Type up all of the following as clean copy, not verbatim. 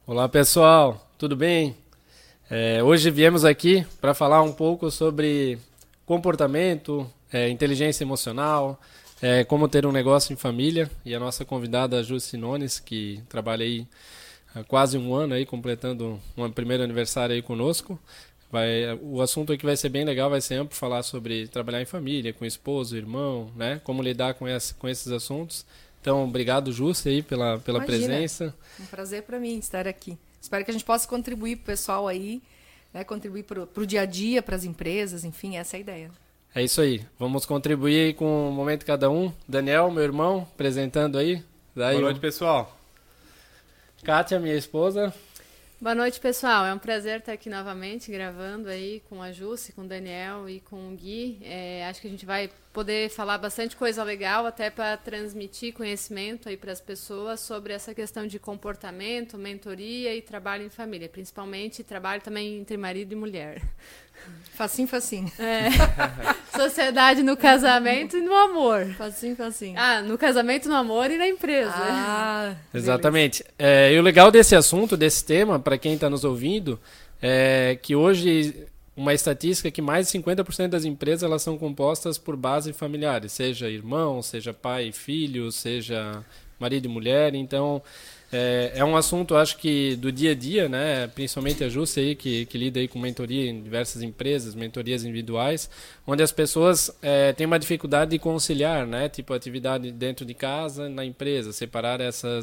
Olá pessoal, tudo bem? Hoje viemos aqui para falar um pouco sobre comportamento, inteligência emocional, como ter um negócio em família. E a nossa convidada, a Ju Sinones, que trabalha aí há quase um ano, aí, completando um primeiro aniversário aí conosco. O assunto aqui vai ser bem legal, vai ser amplo, falar sobre trabalhar em família, com esposo, irmão, né? Como lidar com esses assuntos. Então, obrigado, Júcia, aí, pela Imagina, presença. um prazer para mim estar aqui. Espero que a gente possa contribuir para o pessoal aí, né, contribuir para o dia a dia, para as empresas, enfim, essa é a ideia. É isso aí. Vamos contribuir aí com o momento de cada um. Daniel, meu irmão, apresentando aí. Boa noite, pessoal. Kátia, minha esposa. Boa noite, pessoal. É um prazer estar aqui novamente gravando aí com a Jussi, com o Daniel e com o Gui. Acho que a gente vai poder falar bastante coisa legal, até para transmitir conhecimento aí para as pessoas sobre essa questão de comportamento, mentoria e trabalho em família, principalmente trabalho também entre marido e mulher. Facinho, facinho. Sociedade no casamento e no amor. Facinho, facinho. No casamento, no amor e na empresa. Exatamente. E o legal desse assunto, desse tema, para quem está nos ouvindo, é que hoje uma estatística que mais de 50% das empresas elas são compostas por base familiares, seja irmão, seja pai e filho, seja marido e mulher. Então, é um assunto, acho que, do dia a dia, né? Principalmente a Júcia aí, que lida aí com mentoria em diversas empresas, mentorias individuais, onde as pessoas têm uma dificuldade de conciliar, né? Tipo, atividade dentro de casa, na empresa, separar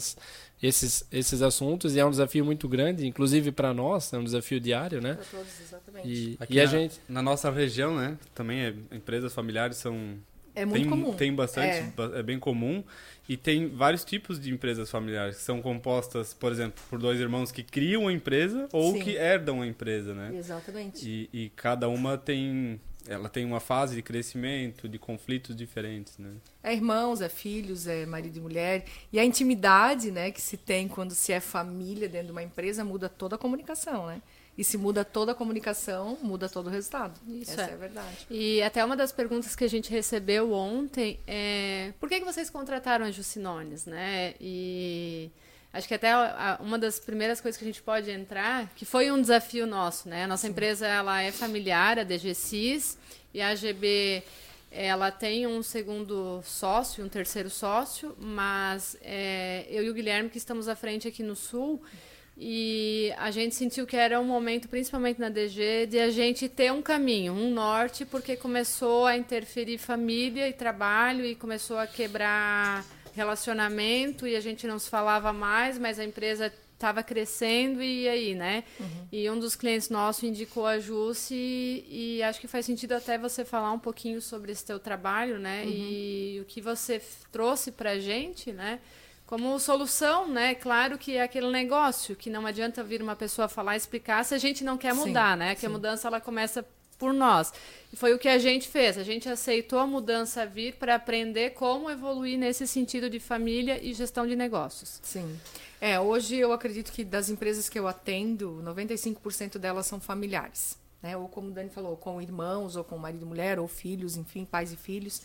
esses assuntos, e é um desafio muito grande, inclusive para nós, é um desafio diário, né? Para todos, exatamente. E a gente... Na nossa região, né? Também empresas familiares são... É muito comum. Tem bastante, é bem comum. E tem vários tipos de empresas familiares que são compostas, por exemplo, por dois irmãos que criam a empresa ou Sim. que herdam a empresa, né? Exatamente. E cada uma tem uma fase de crescimento, de conflitos diferentes, né? É irmãos, é filhos, é marido e mulher. E a intimidade, né, que se tem quando se é família dentro de uma empresa muda toda a comunicação, né? E se muda toda a comunicação, muda todo o resultado. Isso Essa é a verdade. E até uma das perguntas que a gente recebeu ontem é por que vocês contrataram a Jucinones, né? E acho que até uma das primeiras coisas que a gente pode entrar, que foi um desafio nosso, né? A nossa empresa ela é familiar, a DGSIS, e a AGB ela tem um segundo sócio, um terceiro sócio, mas eu e o Guilherme que estamos à frente aqui no Sul. E a gente sentiu que era um momento, principalmente na DG, de a gente ter um caminho, um norte, porque começou a interferir família e trabalho e começou a quebrar relacionamento e a gente não se falava mais, mas a empresa estava crescendo e aí, né? Uhum. E um dos clientes nossos indicou a Jussi e acho que faz sentido até você falar um pouquinho sobre esse teu trabalho, né? Uhum. E o que você trouxe pra gente, né? Como solução, né? Claro que é aquele negócio que não adianta vir uma pessoa falar e explicar se a gente não quer mudar, né? Que a mudança ela começa por nós. E foi o que a gente fez. A gente aceitou a mudança vir para aprender como evoluir nesse sentido de família e gestão de negócios. Sim. Hoje eu acredito que das empresas que eu atendo, 95% delas são familiares, né? Ou como o Dani falou, com irmãos, ou com marido e mulher, ou filhos, enfim, pais e filhos.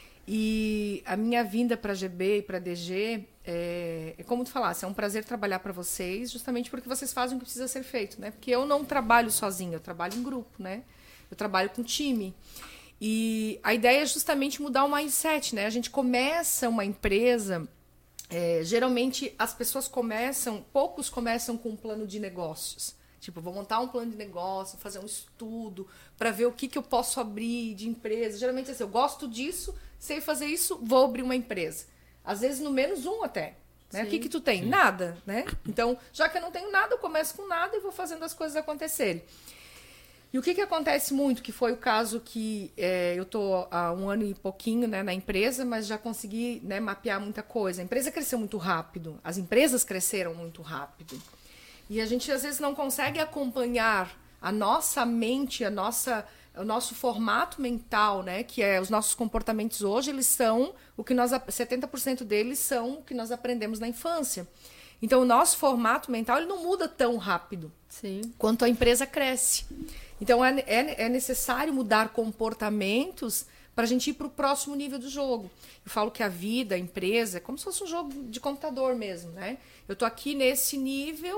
E a minha vinda para a GB e para a DG como tu falasse, é um prazer trabalhar para vocês, justamente porque vocês fazem o que precisa ser feito, né? Porque eu não trabalho sozinha, eu trabalho em grupo, né? Eu trabalho com time. E a ideia é justamente mudar o mindset, né? A gente começa uma empresa, geralmente as pessoas poucos começam com um plano de negócios. Tipo, vou montar um plano de negócio, fazer um estudo para ver o que eu posso abrir de empresa. Geralmente é assim, eu gosto disso, sei fazer isso, vou abrir uma empresa. Às vezes no menos um até. Né? O que tu tem? Sim. Nada, né? Então, já que eu não tenho nada, eu começo com nada e vou fazendo as coisas acontecerem. E o que acontece muito, que foi o caso que eu estou há um ano e pouquinho, né, na empresa, mas já consegui, né, mapear muita coisa. A empresa cresceu muito rápido, as empresas cresceram muito rápido. E a gente, às vezes, não consegue acompanhar a nossa mente, o nosso formato mental, né? Que os nossos comportamentos hoje, eles são 70% deles são o que nós aprendemos na infância. Então, o nosso formato mental, ele não muda tão rápido. Sim. Quanto a empresa cresce. Então, é necessário mudar comportamentos para a gente ir para o próximo nível do jogo. Eu falo que a vida, a empresa, é como se fosse um jogo de computador mesmo, né? Eu estou aqui nesse nível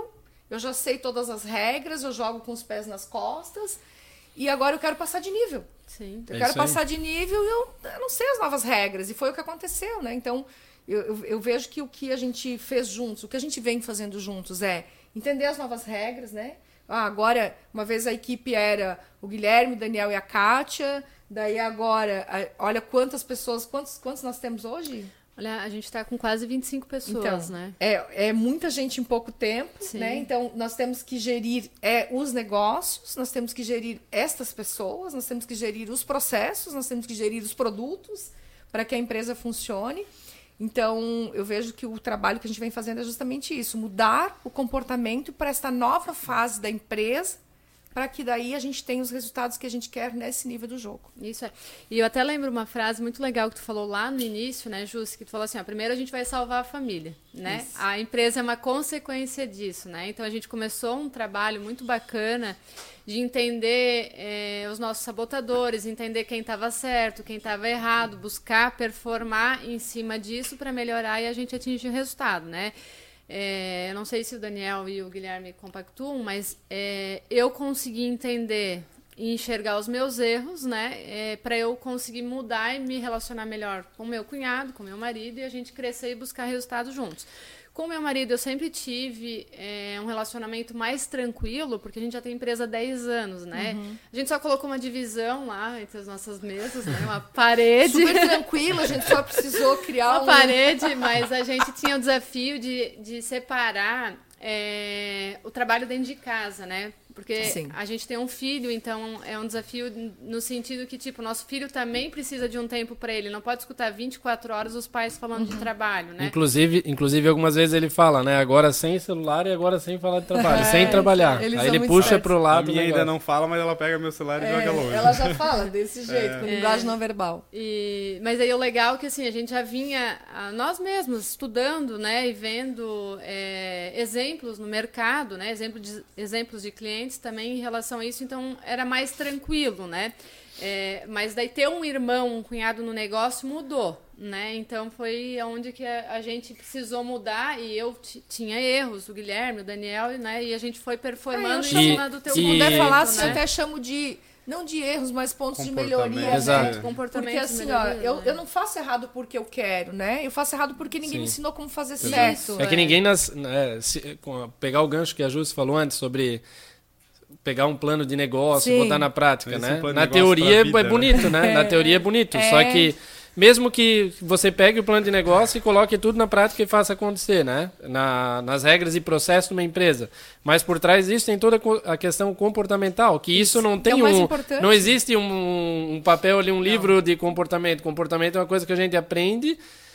eu já sei todas as regras, eu jogo com os pés nas costas e agora eu quero passar de nível. Sim. Eu quero passar de nível e eu não sei as novas regras. E foi o que aconteceu, né? Então, eu vejo que o que a gente fez juntos, o que a gente vem fazendo juntos é entender as novas regras, né? Agora, uma vez a equipe era o Guilherme, o Daniel e a Kátia. Daí agora, olha quantas pessoas, quantos nós temos hoje? Olha, a gente está com quase 25 pessoas, então, né? É muita gente em pouco tempo, né? Então, nós temos que gerir os negócios, nós temos que gerir estas pessoas, nós temos que gerir os processos, nós temos que gerir os produtos para que a empresa funcione. Então, eu vejo que o trabalho que a gente vem fazendo é justamente isso, mudar o comportamento para esta nova fase da empresa, para que daí a gente tenha os resultados que a gente quer nesse nível do jogo. Isso é. E eu até lembro uma frase muito legal que tu falou lá no início, né, Jussi, que tu falou assim, ó, primeiro a gente vai salvar a família, né? Isso. A empresa é uma consequência disso, né? Então a gente começou um trabalho muito bacana de entender os nossos sabotadores, entender quem estava certo, quem estava errado, buscar performar em cima disso para melhorar e a gente atingir o resultado, né? Eu não sei se o Daniel e o Guilherme compactuam, mas eu consegui entender e enxergar os meus erros, né, para eu conseguir mudar e me relacionar melhor com meu cunhado, com meu marido e a gente crescer e buscar resultados juntos. Com meu marido eu sempre tive um relacionamento mais tranquilo, porque a gente já tem empresa há 10 anos, né? Uhum. A gente só colocou uma divisão lá entre as nossas mesas, né? Uma parede. Super tranquilo, a gente só precisou criar uma parede, mas a gente tinha o desafio de separar o trabalho dentro de casa, né? Porque Sim. a gente tem um filho, então é um desafio no sentido que, tipo, nosso filho também precisa de um tempo para ele. Não pode escutar 24 horas os pais falando de trabalho, né? Inclusive, algumas vezes ele fala, né? Agora sem celular e agora sem falar de trabalho, sem trabalhar. Aí ele puxa pro lado. A minha ainda não fala, mas ela pega meu celular e joga longe. Ela já fala desse jeito, com linguagem não verbal. Mas aí o legal é que, assim, a gente já vinha, nós mesmos, estudando, né? E vendo exemplos no mercado, né? Exemplos de clientes também em relação a isso, então era mais tranquilo, né? Mas daí ter um irmão, um cunhado no negócio mudou, né? Então foi onde que a gente precisou mudar e eu tinha erros, o Guilherme, o Daniel, né? E a gente foi performando em cima do teu Se puder falar, né? Eu até chamo não de erros, mas pontos de melhoria. Exato. Né? Porque assim, eu não faço errado porque eu quero, né? Eu faço errado porque ninguém me ensinou como fazer certo. Que ninguém pegar o gancho que a Jussi falou antes sobre pegar um plano de negócio e botar na prática, né? Na teoria é bonito, né? Na teoria é bonito, só que mesmo que você pegue o plano de negócio e coloque tudo na prática e faça acontecer, né? Nas regras e processos de uma empresa. Mas por trás disso tem toda a questão comportamental, que isso não tem não existe um papel ali, um livro de comportamento. Comportamento é uma coisa que a gente aprende,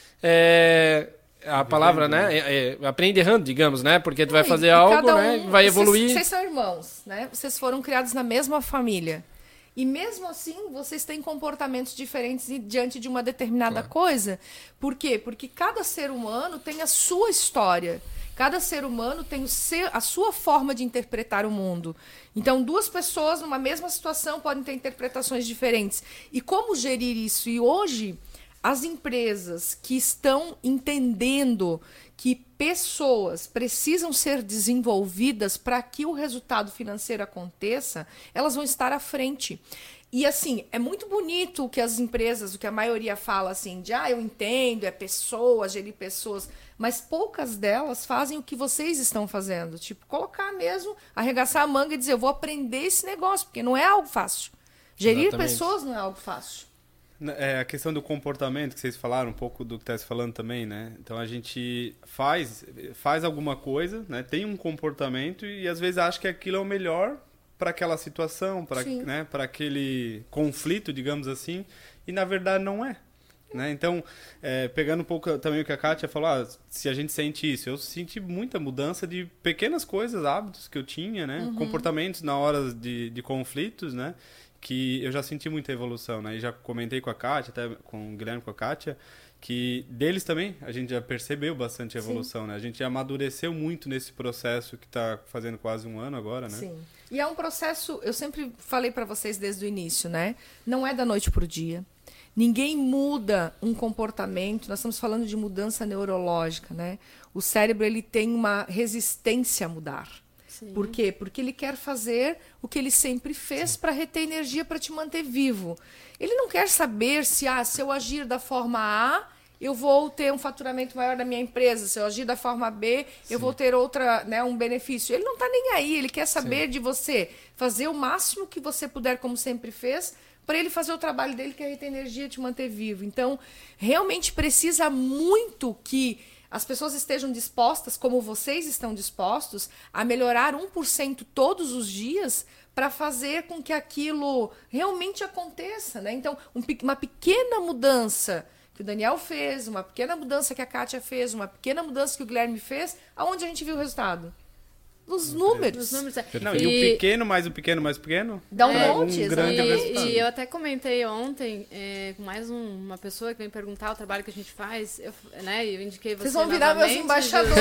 a palavra, né? Aprende errando, digamos, né? Porque tu vai fazer algo, né? Vai evoluir. Vocês são irmãos, né? Vocês foram criados na mesma família. E mesmo assim, vocês têm comportamentos diferentes diante de uma determinada coisa. Por quê? Porque cada ser humano tem a sua história. Cada ser humano tem a sua forma de interpretar o mundo. Então, duas pessoas numa mesma situação podem ter interpretações diferentes. E como gerir isso? E hoje, as empresas que estão entendendo que pessoas precisam ser desenvolvidas para que o resultado financeiro aconteça, elas vão estar à frente. E assim, é muito bonito o que as empresas, o que a maioria fala assim, de eu entendo, pessoas, gerir pessoas, mas poucas delas fazem o que vocês estão fazendo. Tipo, colocar mesmo, arregaçar a manga e dizer, eu vou aprender esse negócio, porque não é algo fácil. Gerir pessoas não é algo fácil. A questão do comportamento que vocês falaram, um pouco do que está se falando também, né? Então a gente faz alguma coisa, né? Tem um comportamento e às vezes acha que aquilo é o melhor para aquela situação, para aquele conflito, digamos assim, e na verdade não é. Né? Então, pegando um pouco também o que a Kátia falou, se a gente sente isso, eu senti muita mudança de pequenas coisas, hábitos que eu tinha, né? Comportamentos na hora de conflitos, né? Que eu já senti muita evolução, né? E já comentei com a Kátia, até com o Guilherme, com a Kátia, que deles também a gente já percebeu bastante evolução, né? A gente já amadureceu muito nesse processo que está fazendo quase um ano agora, né? Sim. E é um processo, eu sempre falei para vocês desde o início, né? Não é da noite para o dia. Ninguém muda um comportamento, nós estamos falando de mudança neurológica, né? O cérebro ele tem uma resistência a mudar. Sim. Por quê? Porque ele quer fazer o que ele sempre fez para reter energia, para te manter vivo. Ele não quer saber se eu agir da forma A, eu vou ter um faturamento maior da minha empresa. Se eu agir da forma B, eu vou ter um benefício. Ele não está nem aí. Ele quer saber de você fazer o máximo que você puder, como sempre fez, para ele fazer o trabalho dele, que é reter energia e te manter vivo. Então, realmente precisa muito que as pessoas estejam dispostas, como vocês estão dispostos, a melhorar 1% todos os dias para fazer com que aquilo realmente aconteça, né? Então, uma pequena mudança que o Daniel fez, uma pequena mudança que a Kátia fez, uma pequena mudança que o Guilherme fez, aonde a gente viu o resultado? Nos números. Não, e o pequeno mais o pequeno mais o pequeno? Dá um monte, um grande resultado. E eu até comentei ontem com mais uma pessoa que vem perguntar o trabalho que a gente faz, eu indiquei vocês vão virar meus embaixadores.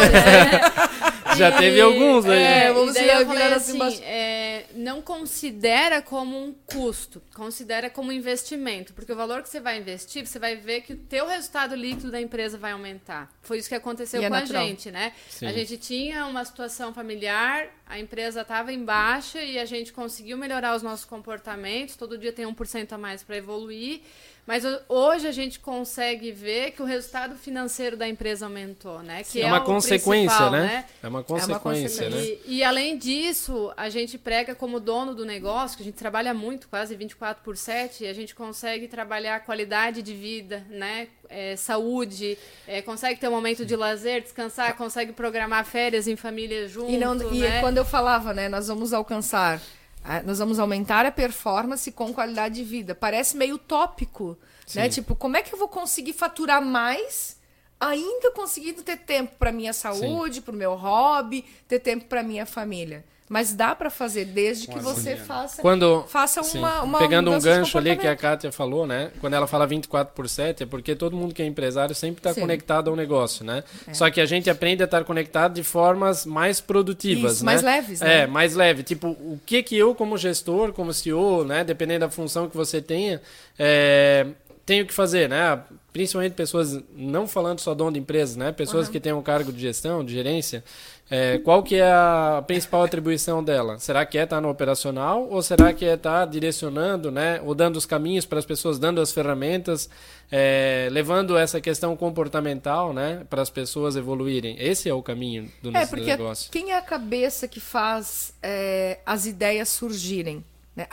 Já teve alguns aí. Vamos virar assim, não considera como um custo, considera como investimento, porque o valor que você vai investir, você vai ver que o teu resultado líquido da empresa vai aumentar. Foi isso que aconteceu com a gente, né? Sim. A gente tinha uma situação familiar, a empresa estava em baixa e a gente conseguiu melhorar os nossos comportamentos, todo dia tem 1% a mais para evoluir, mas hoje a gente consegue ver que o resultado financeiro da empresa aumentou, né? Que é uma consequência, né? É uma consequência, né? E além disso, a gente prega como dono do negócio, que a gente trabalha muito, quase 24/7, e a gente consegue trabalhar qualidade de vida, né? Saúde, consegue ter um momento de lazer, descansar, consegue programar férias em família junto, E quando eu falava, né? Nós vamos aumentar a performance com qualidade de vida. Parece meio utópico, né? Tipo, como é que eu vou conseguir faturar mais, ainda conseguindo ter tempo para minha saúde, para o meu hobby, ter tempo para minha família? Mas dá para fazer desde que você faça uma pegando um gancho ali que a Kátia falou, né? Quando ela fala 24%, é porque todo mundo que é empresário sempre está conectado ao negócio, né? Só que a gente aprende a estar conectado de formas mais produtivas, isso, né? mais leves, né? Mais leve. Tipo, o que eu como gestor, como CEO, né? Dependendo da função que você tenha, tenho que fazer, né? Principalmente pessoas, não falando só dono de empresas, né? Pessoas que têm um cargo de gestão, de gerência. Qual que é a principal atribuição dela? Será que é estar no operacional ou será que é estar direcionando, né? Ou dando os caminhos para as pessoas, dando as ferramentas, levando essa questão comportamental, né? Para as pessoas evoluírem. Esse é o caminho do nosso negócio. Quem é a cabeça que faz as ideias surgirem? Né?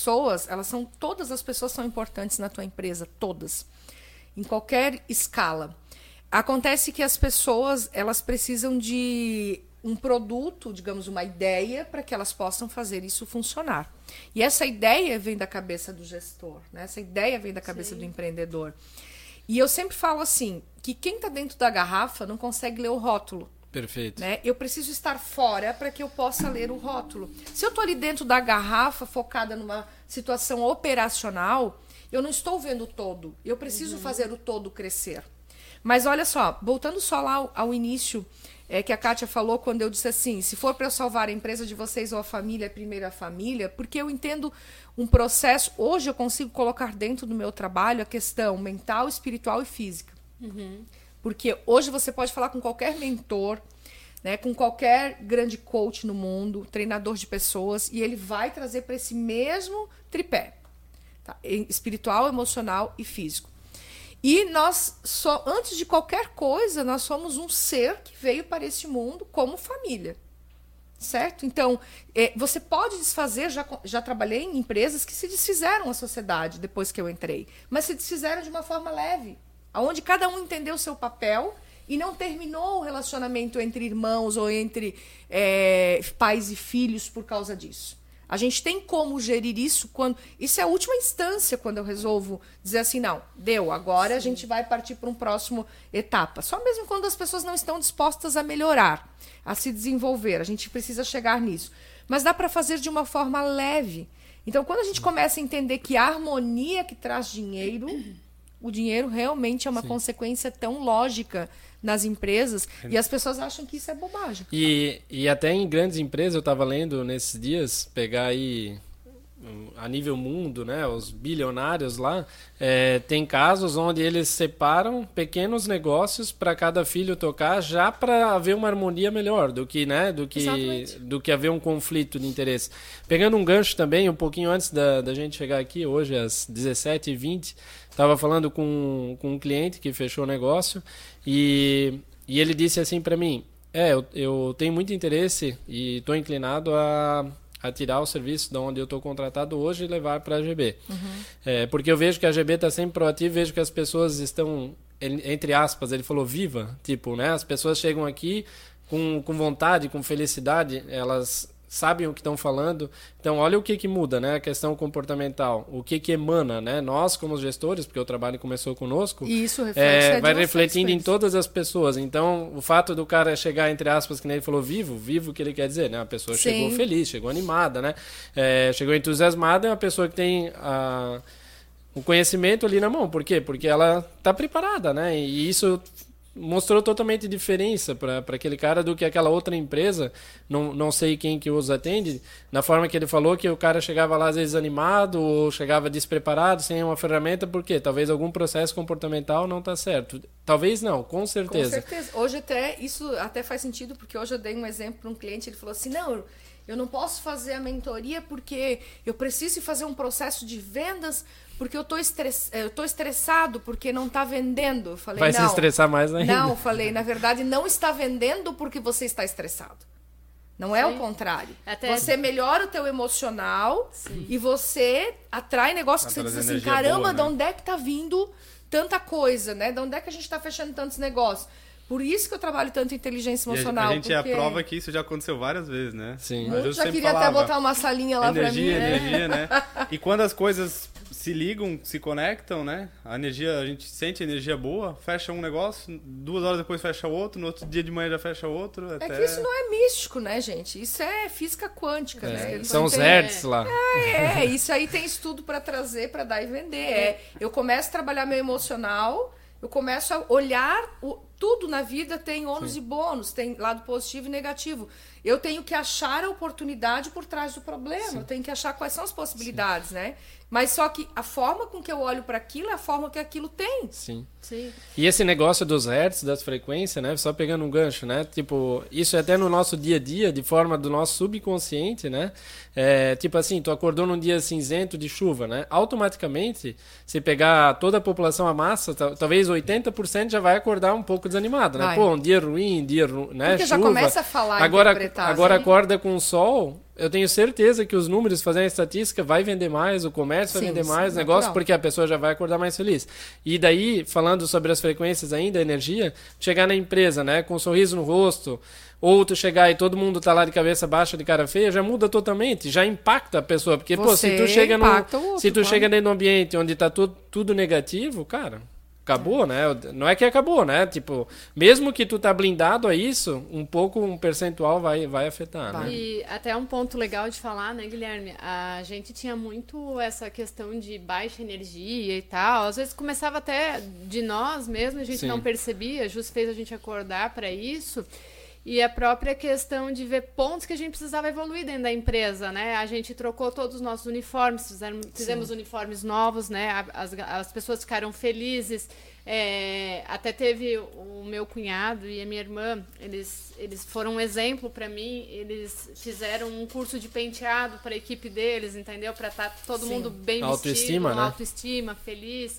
Todas as pessoas são importantes na tua empresa, todas. Em qualquer escala. Acontece que as pessoas, elas precisam de um produto, digamos, uma ideia, para que elas possam fazer isso funcionar. E essa ideia vem da cabeça do gestor, né? Essa ideia vem da cabeça do empreendedor. E eu sempre falo assim, que quem está dentro da garrafa não consegue ler o rótulo. Perfeito. Né? Eu preciso estar fora para que eu possa ler o rótulo. Se eu estou ali dentro da garrafa, focada numa situação operacional, eu não estou vendo o todo. Eu preciso fazer o todo crescer. Mas olha só, voltando só lá ao início, que a Kátia falou quando eu disse assim, se for para eu salvar a empresa de vocês ou a família, primeiro a família, porque eu entendo um processo, hoje eu consigo colocar dentro do meu trabalho a questão mental, espiritual e física. Porque hoje você pode falar com qualquer mentor, né, com qualquer grande coach no mundo, treinador de pessoas, e ele vai trazer para esse mesmo tripé. Tá? Espiritual, emocional e físico. E nós, antes de qualquer coisa, nós somos um ser que veio para este mundo como família. Certo? Então, você pode desfazer, já trabalhei em empresas que se desfizeram a sociedade depois que eu entrei, mas se desfizeram de uma forma leve, onde cada um entendeu o seu papel e não terminou o relacionamento entre irmãos ou entre pais e filhos por causa disso. A gente tem como gerir isso quando... Isso é a última instância quando eu resolvo dizer assim, não, deu, agora a gente vai partir para uma próxima etapa. Só mesmo quando as pessoas não estão dispostas a melhorar, a se desenvolver. A gente precisa chegar nisso. Mas dá para fazer de uma forma leve. Então, quando a gente começa a entender que a harmonia que traz dinheiro, o dinheiro realmente é uma consequência tão lógica nas empresas, e as pessoas acham que isso é bobagem. E até em grandes empresas, eu estava lendo nesses dias, pegar aí a nível mundo, né, os bilionários lá, tem casos onde eles separam pequenos negócios para cada filho tocar, já para haver uma harmonia melhor do que haver um conflito de interesse. Pegando um gancho também, um pouquinho antes da gente chegar aqui, hoje às 17h20, estava falando com um cliente que fechou o negócio e ele disse assim para mim, eu tenho muito interesse e estou inclinado a tirar o serviço de onde eu estou contratado hoje e levar para a GB. Porque eu vejo que a GB está sempre proativa, vejo que as pessoas estão, entre aspas, ele falou viva, tipo, né? As pessoas chegam aqui com vontade, com felicidade, elas sabem o que estão falando. Então, olha o que muda, né? A questão comportamental. O que emana, né? Nós, como gestores, porque o trabalho começou conosco, e isso reflete, vai refletindo em todas as pessoas. Então, o fato do cara chegar, entre aspas, que nem ele falou, vivo o que ele quer dizer, né? A pessoa chegou feliz, chegou animada, né? Chegou entusiasmada, é uma pessoa que tem o conhecimento ali na mão. Por quê? Porque ela está preparada, né? E isso mostrou totalmente diferença para aquele cara do que aquela outra empresa, não sei quem que os atende, na forma que ele falou que o cara chegava lá às vezes animado ou chegava despreparado, sem uma ferramenta, porque talvez algum processo comportamental não está certo. Talvez não, com certeza. Com certeza. Hoje isso até faz sentido, porque hoje eu dei um exemplo para um cliente, ele falou assim, não, eu não posso fazer a mentoria porque eu preciso fazer um processo de vendas porque eu tô estressado porque não está vendendo. Eu falei, vai se estressar mais ainda. Não, eu falei, na verdade não está vendendo porque você está estressado. Não é o contrário. Você melhora o teu emocional e você atrai negócio que você diz assim, caramba, boa, né? De onde é que tá vindo tanta coisa, né? De onde é que a gente está fechando tantos negócios? Por isso que eu trabalho tanto em inteligência emocional. A gente é a prova que isso já aconteceu várias vezes, né? Sim. Eu já queria até botar uma salinha lá pra mim. Energia, né? E quando as coisas se ligam, se conectam, né? A gente sente energia boa, fecha um negócio, 2 horas depois fecha outro, no outro dia de manhã já fecha outro. É que isso não é místico, né, gente? Isso é física quântica, né? São os hertz lá. Isso aí tem estudo pra trazer, pra dar e vender. Eu começo a trabalhar meu emocional, eu começo a olhar tudo na vida tem ônus e bônus, tem lado positivo e negativo. Eu tenho que achar a oportunidade por trás do problema, eu tenho que achar quais são as possibilidades, né? Mas só que a forma com que eu olho para aquilo é a forma que aquilo tem. Sim. E esse negócio dos hertz, das frequências, né? Só pegando um gancho, né? Tipo, isso é até no nosso dia a dia, de forma do nosso subconsciente, né? Tipo assim, tu acordou num dia cinzento de chuva, né? Automaticamente, se pegar toda a população, a massa, talvez 80% já vai acordar um pouco desanimado, né? Pô, um dia ruim, né? Porque já começa a falar, agora acorda com o sol. Eu tenho certeza que os números, fazendo a estatística, vai vender mais, o comércio vai vender mais, o negócio, porque a pessoa já vai acordar mais feliz. E daí, falando sobre as frequências ainda, a energia, chegar na empresa, né, com um sorriso no rosto, ou tu chegar e todo mundo tá lá de cabeça baixa, de cara feia, já muda totalmente, já impacta a pessoa. Porque, se tu chega chega dentro de um ambiente onde tá tudo negativo, cara, acabou, né? Não é que acabou, né? Tipo, mesmo que tu tá blindado a isso, um percentual vai afetar, né? E até um ponto legal de falar, né, Guilherme? A gente tinha muito essa questão de baixa energia e tal. Às vezes começava até de nós mesmos, a gente não percebia, justo fez a gente acordar para isso. E a própria questão de ver pontos que a gente precisava evoluir dentro da empresa, né? A gente trocou todos os nossos uniformes, fizemos uniformes novos, né? As pessoas ficaram felizes. Até teve o meu cunhado e a minha irmã, eles foram um exemplo para mim. Eles fizeram um curso de penteado para a equipe deles, entendeu? Para estar todo mundo bem vestido, né? Autoestima, feliz.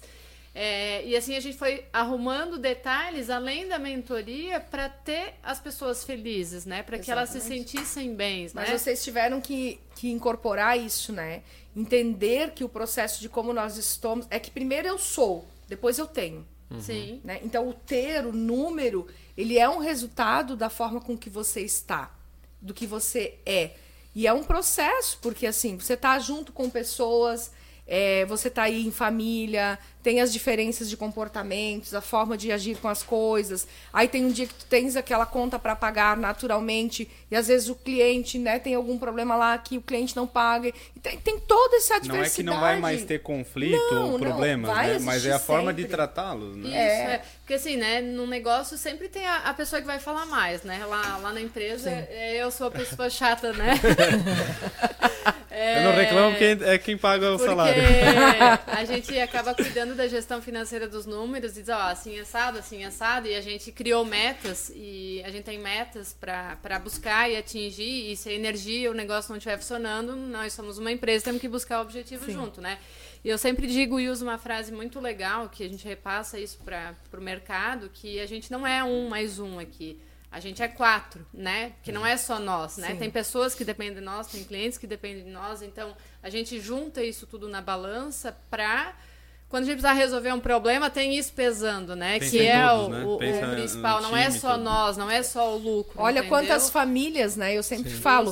E assim a gente foi arrumando detalhes além da mentoria para ter as pessoas felizes, né? Para que elas se sentissem bem. Mas né? vocês tiveram que incorporar isso, né? Entender que o processo de como nós estamos é que primeiro eu sou, depois eu tenho. Sim. Né? Então o número, ele é um resultado da forma com que você está, do que você é. E é um processo, porque assim, você está junto com pessoas, você está aí em família, tem as diferenças de comportamentos, a forma de agir com as coisas. Aí tem um dia que tu tens aquela conta para pagar naturalmente e às vezes o cliente, né, tem algum problema lá que o cliente não paga. E tem toda essa diversidade. Não é que não vai mais ter conflito ou problemas, né? Mas é a forma de tratá-los, né? Isso, porque assim, né, no negócio sempre tem a pessoa que vai falar mais, né? Lá na empresa, eu sou a pessoa chata, né? Eu não reclamo porque é quem paga o salário. A gente acaba cuidando da gestão financeira dos números e diz, ó, assim assado, e a gente criou metas, e a gente tem metas para buscar e atingir, e se a energia, o negócio não estiver funcionando, nós somos uma empresa, temos que buscar o objetivo junto, né? E eu sempre digo e uso uma frase muito legal, que a gente repassa isso para o mercado, que a gente não é 1 mais 1 aqui. A gente é 4, né? Que não é só nós, né? Sim. Tem pessoas que dependem de nós, tem clientes que dependem de nós. Então, a gente junta isso tudo na balança para... Quando a gente precisar resolver um problema, tem isso pesando, né? Pensa que é todos, né? o principal. Não é só nós, não é só o lucro. Olha entendeu? quantas famílias, né? Eu sempre falo.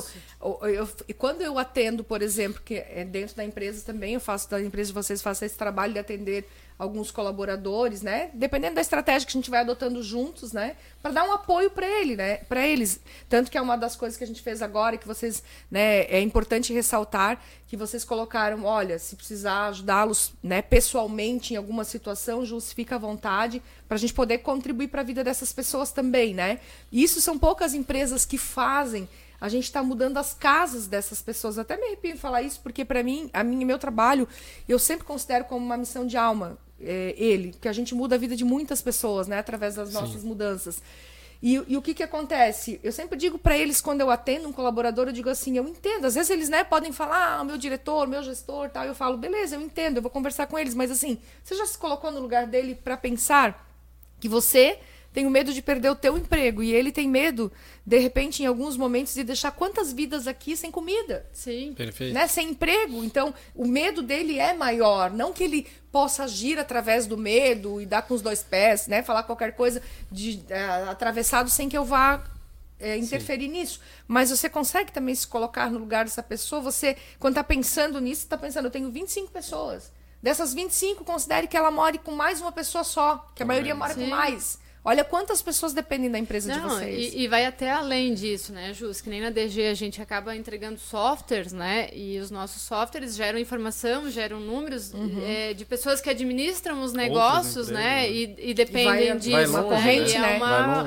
E quando eu atendo, por exemplo, que é dentro da empresa também, eu faço da empresa de vocês, faço esse trabalho de atender alguns colaboradores, né? Dependendo da estratégia que a gente vai adotando juntos, né? Para dar um apoio para ele, né? Para eles. Tanto que é uma das coisas que a gente fez agora, que vocês, né? É importante ressaltar que vocês colocaram, olha, se precisar ajudá-los, né? Pessoalmente em alguma situação, fica à vontade, para a gente poder contribuir para a vida dessas pessoas também, né? E isso são poucas empresas que fazem. A gente está mudando as casas dessas pessoas. Até me arrepio de falar isso, porque para mim, meu trabalho, eu sempre considero como uma missão de alma. Que a gente muda a vida de muitas pessoas, né, através das nossas mudanças. E o que acontece? Eu sempre digo para eles, quando eu atendo um colaborador, eu digo assim, eu entendo. Às vezes eles, né, podem falar, meu diretor, meu gestor, tal. Eu falo, beleza, eu entendo, eu vou conversar com eles. Mas assim, você já se colocou no lugar dele para pensar que você tem o medo de perder o teu emprego e ele tem medo, de repente, em alguns momentos, de deixar quantas vidas aqui sem comida? Sim. Perfeito. Né? Sem emprego. Então, o medo dele é maior. Não que ele possa agir através do medo e dar com os 2 pés, né? Falar qualquer coisa atravessado sem que eu vá interferir nisso. Mas você consegue também se colocar no lugar dessa pessoa. Você, quando está pensando nisso, está pensando, eu tenho 25 pessoas. Dessas 25, considere que ela more com mais uma pessoa só. Que a maioria mora com mais. Olha quantas pessoas dependem da empresa de vocês. E vai até além disso, né, Jus? Que nem na DG a gente acaba entregando softwares, né? E os nossos softwares geram informação, geram números de pessoas que administram os negócios, né? E dependem disso. Vai longe, corrente, né?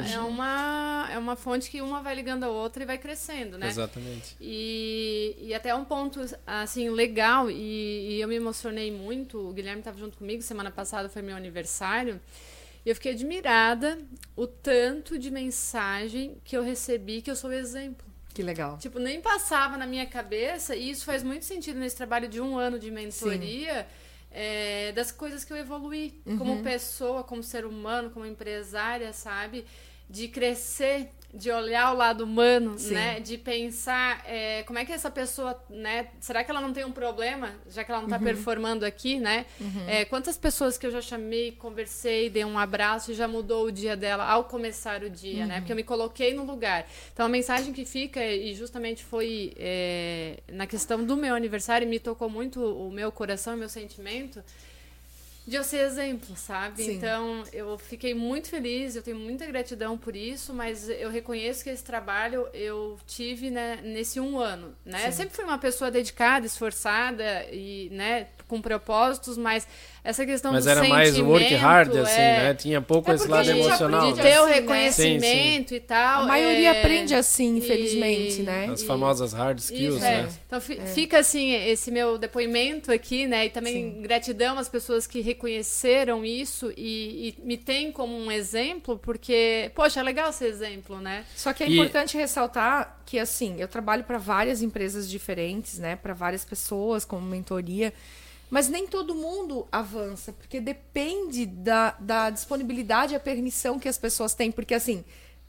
É uma fonte que uma vai ligando a outra e vai crescendo, né? Exatamente. E até um ponto, assim, legal, e eu me emocionei muito. O Guilherme estava junto comigo, semana passada foi meu aniversário. E eu fiquei admirada o tanto de mensagem que eu recebi, que eu sou exemplo. Que legal. Tipo, nem passava na minha cabeça, e isso faz muito sentido nesse trabalho de 1 ano de mentoria, das coisas que eu evoluí como pessoa, como ser humano, como empresária, sabe? De crescer, de olhar o lado humano, né? De pensar como é que essa pessoa, né? Será que ela não tem um problema, já que ela não está performando aqui, né? Quantas pessoas que eu já chamei, conversei, dei um abraço e já mudou o dia dela ao começar o dia, né? Porque eu me coloquei no lugar. Então, a mensagem que fica, e justamente foi na questão do meu aniversário, me tocou muito o meu coração e meu sentimento, de eu ser exemplo, sabe? Sim. Então, eu fiquei muito feliz, eu tenho muita gratidão por isso, mas eu reconheço que esse trabalho eu tive, né, nesse 1 ano, né? Eu sempre fui uma pessoa dedicada, esforçada e, né, com propósitos, mas essa questão do sentimento... Mas era mais work hard, assim, né? Tinha pouco esse lado emocional. De ter o assim, reconhecimento e tal. A maioria aprende assim, infelizmente, né? As famosas hard skills, né? Então fica assim, esse meu depoimento aqui, né? E também gratidão às pessoas que reconheceram isso e me têm como um exemplo, porque, poxa, é legal ser exemplo, né? Só que é importante ressaltar que, assim, eu trabalho para várias empresas diferentes, né? Para várias pessoas, como mentoria. Mas nem todo mundo avança, porque depende da disponibilidade e a permissão que as pessoas têm. Porque, assim,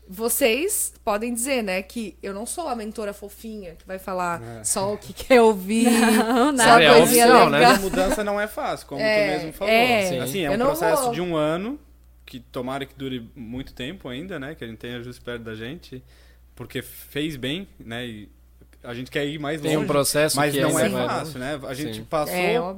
vocês podem dizer, né, que eu não sou a mentora fofinha que vai falar só o que quer ouvir. Não, só a coisinha legal. Né? A mudança não é fácil, como tu mesmo falou. Assim, é um processo de 1 ano, que tomara que dure muito tempo ainda, né, que a gente tenha justo perto da gente, porque fez bem, né, e a gente quer ir mais longe, tem um processo mas que não é fácil, né? A gente passou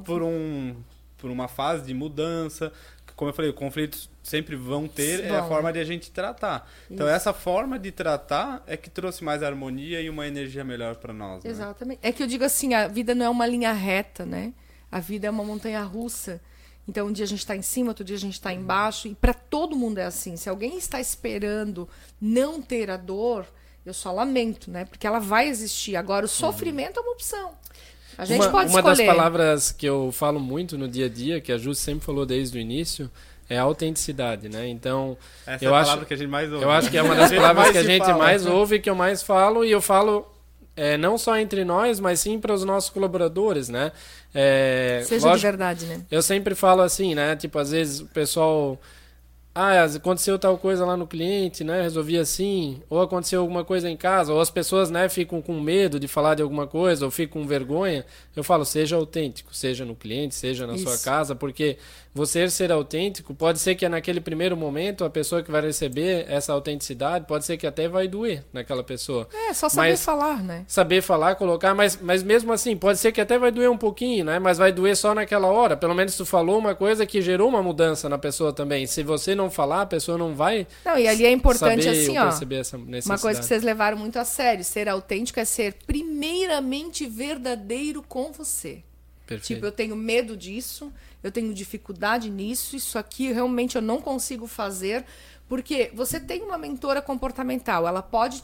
por uma fase de mudança. Como eu falei, os conflitos sempre vão ter, é a forma de a gente tratar. Então, essa forma de tratar é que trouxe mais harmonia e uma energia melhor para nós. Exatamente. Né? É que eu digo assim, a vida não é uma linha reta, né? A vida é uma montanha-russa. Então, um dia a gente está em cima, outro dia a gente está embaixo. E para todo mundo é assim. Se alguém está esperando não ter a dor... Eu só lamento, né? Porque ela vai existir. Agora, o sofrimento é uma opção. A gente pode uma escolher. das palavras que eu falo muito no dia a dia, que a Ju sempre falou desde o início, é a autenticidade, né? Então, essa é a palavra que a gente mais ouve. Eu acho que é uma das palavras que a gente fala. mais ouve, que eu mais falo, e eu falo não só entre nós, mas sim para os nossos colaboradores, né? Seja lógico, de verdade, né? Eu sempre falo assim, né? Tipo, às vezes o pessoal... aconteceu tal coisa lá no cliente, né? Resolvi assim. Ou aconteceu alguma coisa em casa. Ou as pessoas, né, ficam com medo de falar de alguma coisa. Ou ficam com vergonha. Eu falo, seja autêntico. Seja no cliente, seja na sua casa. Porque você ser autêntico, pode ser que naquele primeiro momento, a pessoa que vai receber essa autenticidade, pode ser que até vai doer naquela pessoa. Só saber falar, né? Saber falar, colocar, mas mesmo assim, pode ser que até vai doer um pouquinho, né? Mas vai doer só naquela hora. Pelo menos tu falou uma coisa que gerou uma mudança na pessoa também. Se você não falar, a pessoa não vai. Não, e ali é importante saber assim, ou ó. perceber essa necessidade. Uma coisa que vocês levaram muito a sério, ser autêntico é ser primeiramente verdadeiro com você. Perfeito. Tipo, eu tenho medo disso, eu tenho dificuldade nisso, isso aqui realmente eu não consigo fazer, porque você tem uma mentora comportamental, ela pode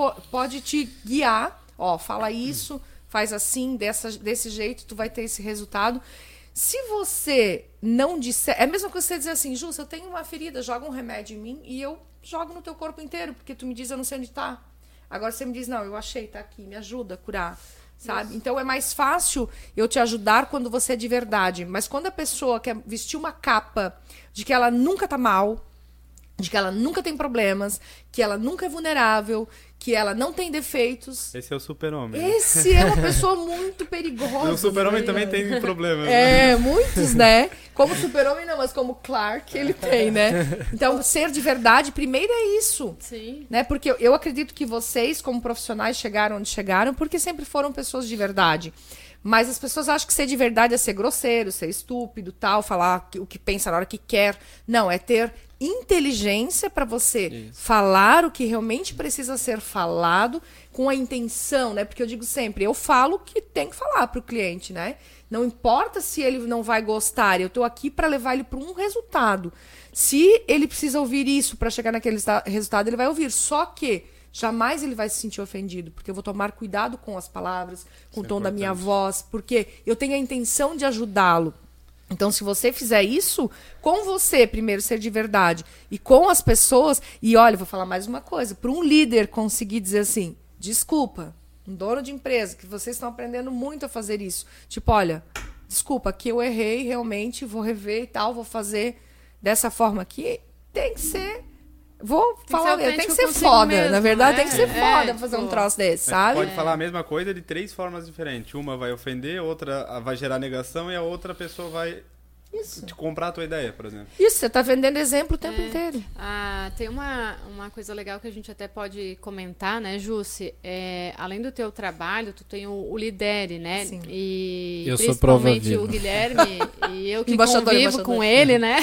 te guiar, ó, fala isso, faz assim, desse jeito, tu vai ter esse resultado. Se você não disser... É a mesma coisa que você dizer assim, Ju, se eu tenho uma ferida, joga um remédio em mim e eu jogo no teu corpo inteiro, porque tu me diz, eu não sei onde tá. Agora você me diz, não, eu achei, tá aqui, me ajuda a curar, sabe? Isso. Então é mais fácil eu te ajudar quando você é de verdade. Mas quando a pessoa quer vestir uma capa de que ela nunca tá mal, de que ela nunca tem problemas, que ela nunca é vulnerável, que ela não tem defeitos. Esse é o super-homem. Esse é uma pessoa muito perigosa. O super-homem também tem problemas. Muitos, né? Como super-homem não, mas como Clark ele tem, né? Então, ser de verdade, primeiro é isso. Sim. Né? Porque eu acredito que vocês, como profissionais, chegaram onde chegaram porque sempre foram pessoas de verdade. Mas as pessoas acham que ser de verdade é ser grosseiro, ser estúpido, tal, falar o que pensa na hora que quer. Não, é ter inteligência para você falar o que realmente precisa ser falado com a intenção, né? Porque eu digo sempre, eu falo o que tem que falar para o cliente, né? Não importa se ele não vai gostar, eu estou aqui para levar ele para um resultado. Se ele precisa ouvir isso para chegar naquele resultado, ele vai ouvir. Só que jamais ele vai se sentir ofendido, porque eu vou tomar cuidado com as palavras, com o tom da minha voz, porque eu tenho a intenção de ajudá-lo. Então, se você fizer isso, com você, primeiro, ser de verdade, e com as pessoas, e olha, vou falar mais uma coisa, para um líder conseguir dizer assim, desculpa, um dono de empresa, que vocês estão aprendendo muito a fazer isso, tipo, olha, desculpa, aqui eu errei, realmente, vou rever e tal, vou fazer dessa forma aqui, tem que ser... Vou falar, tem que ser foda. Mesmo, na verdade, né? tem que ser foda fazer um troço desse, sabe? Pode falar a mesma coisa de 3 formas diferentes. Uma vai ofender, outra vai gerar negação e a outra pessoa vai te comprar a tua ideia, por exemplo. Isso, você tá vendendo exemplo o tempo inteiro. Tem uma coisa legal que a gente até pode comentar, né, Jussi? Além do teu trabalho, tu tem o Lidere, né? Sim. E eu sou prova principalmente viva. o Guilherme e eu que Embaixador. convivo com ele, né?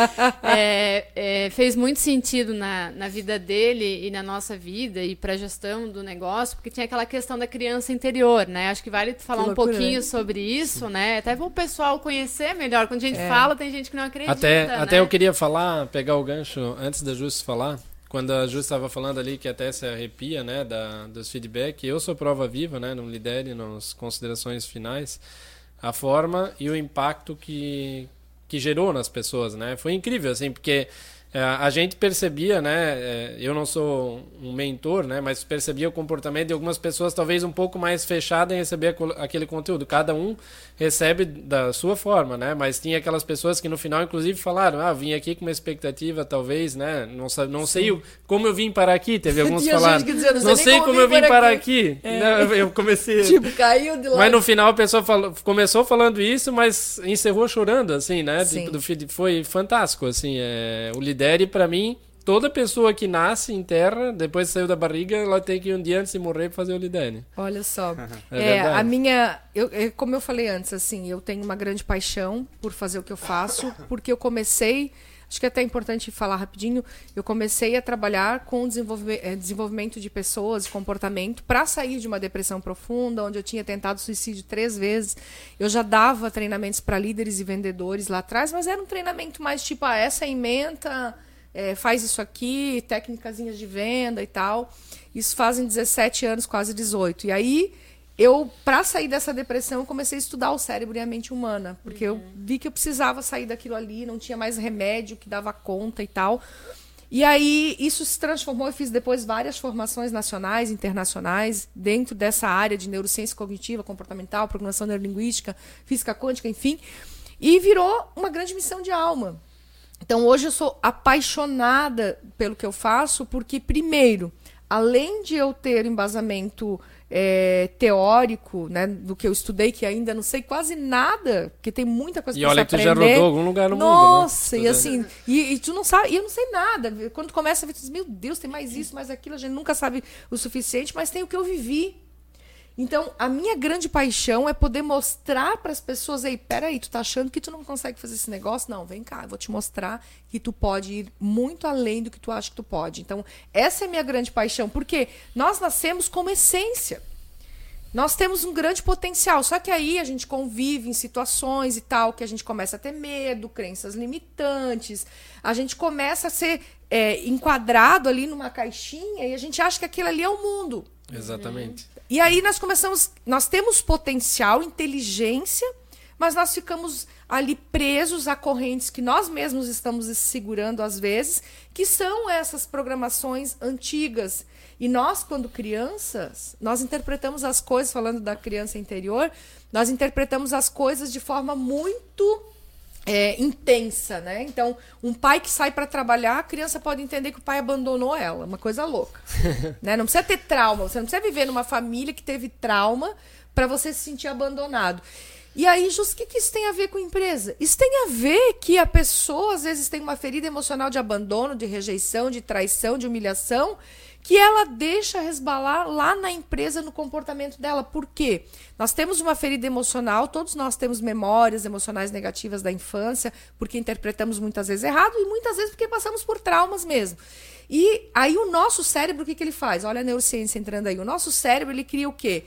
Fez muito sentido na vida dele e na nossa vida e para a gestão do negócio, porque tinha aquela questão da criança interior, né? Acho que vale tu falar loucura, pouquinho né? sobre isso, né? Até para o pessoal conhecer melhor. Quando a gente fala, tem gente que não acredita, Até né? eu queria pegar o gancho antes da Jússi falar, quando a Jússi estava falando ali que até se arrepia, né, dos feedback, eu sou prova viva, né, no Lidere, nas considerações finais, a forma e o impacto que gerou nas pessoas, né, foi incrível, assim, porque a gente percebia, né, eu não sou um mentor, né, mas percebia o comportamento de algumas pessoas talvez um pouco mais fechadas em receber aquele conteúdo. Cada um recebe da sua forma, né, mas tinha aquelas pessoas que no final inclusive falaram, vim aqui com uma expectativa talvez, né, não sei como eu vim parar aqui, teve alguns que falaram, não sei como eu vim parar aqui. Não, eu comecei... Tipo, caiu de lá. Mas no final a pessoa começou falando isso, mas encerrou chorando, assim, né, foi fantástico, assim, o Lidere, para mim, toda pessoa que nasce em terra, depois saiu da barriga, ela tem que ir um dia antes de morrer fazer o Lidere. Olha só. A minha... como eu falei antes, assim, eu tenho uma grande paixão por fazer o que eu faço, porque eu comecei... Acho que é até importante falar rapidinho. Eu comecei a trabalhar com desenvolvimento de pessoas, comportamento, para sair de uma depressão profunda, onde eu tinha tentado suicídio 3 vezes. Eu já dava treinamentos para líderes e vendedores lá atrás, mas era um treinamento mais tipo, essa ementa, faz isso aqui, técnicazinhas de venda e tal. Isso fazem 17 anos, quase 18. E aí para sair dessa depressão, eu comecei a estudar o cérebro e a mente humana, porque eu vi que eu precisava sair daquilo ali, não tinha mais remédio que dava conta e tal. E aí isso se transformou, eu fiz depois várias formações nacionais, internacionais, dentro dessa área de neurociência cognitiva, comportamental, programação neurolinguística, física quântica, enfim, e virou uma grande missão de alma. Então hoje eu sou apaixonada pelo que eu faço, porque primeiro, além de eu ter embasamento teórico, né, do que eu estudei, que ainda não sei quase nada, porque tem muita coisa para aprender. E olha que tu já rodou algum lugar no mundo, né? Nossa, e assim, e tu não sabe, e eu não sei nada. Quando tu começa a ver, tu diz, meu Deus, tem mais isso, mais aquilo, a gente nunca sabe o suficiente, mas tem o que eu vivi. Então, a minha grande paixão é poder mostrar para as pessoas, ei, peraí, tu tá achando que tu não consegue fazer esse negócio? Não, vem cá, eu vou te mostrar que tu pode ir muito além do que tu acha que tu pode. Então, essa é a minha grande paixão, porque nós nascemos como essência. Nós temos um grande potencial, só que aí a gente convive em situações e tal, que a gente começa a ter medo, crenças limitantes, a gente começa a ser enquadrado ali numa caixinha e a gente acha que aquilo ali é o mundo. Exatamente. E aí nós temos potencial, inteligência, mas nós ficamos ali presos a correntes que nós mesmos estamos segurando às vezes, que são essas programações antigas. E nós, quando crianças, nós interpretamos as coisas, falando da criança interior, nós interpretamos as coisas de forma muito intensa, né? Então, um pai que sai para trabalhar, a criança pode entender que o pai abandonou ela, uma coisa louca. Né? Não precisa ter trauma, você não precisa viver numa família que teve trauma para você se sentir abandonado. E aí, Jus, o que isso tem a ver com empresa? Isso tem a ver que a pessoa, às vezes, tem uma ferida emocional de abandono, de rejeição, de traição, de humilhação, que ela deixa resbalar lá na empresa, no comportamento dela. Por quê? Nós temos uma ferida emocional, todos nós temos memórias emocionais negativas da infância, porque interpretamos muitas vezes errado e muitas vezes porque passamos por traumas mesmo. E aí o nosso cérebro, o que ele faz? Olha a neurociência entrando aí. O nosso cérebro, ele cria o quê?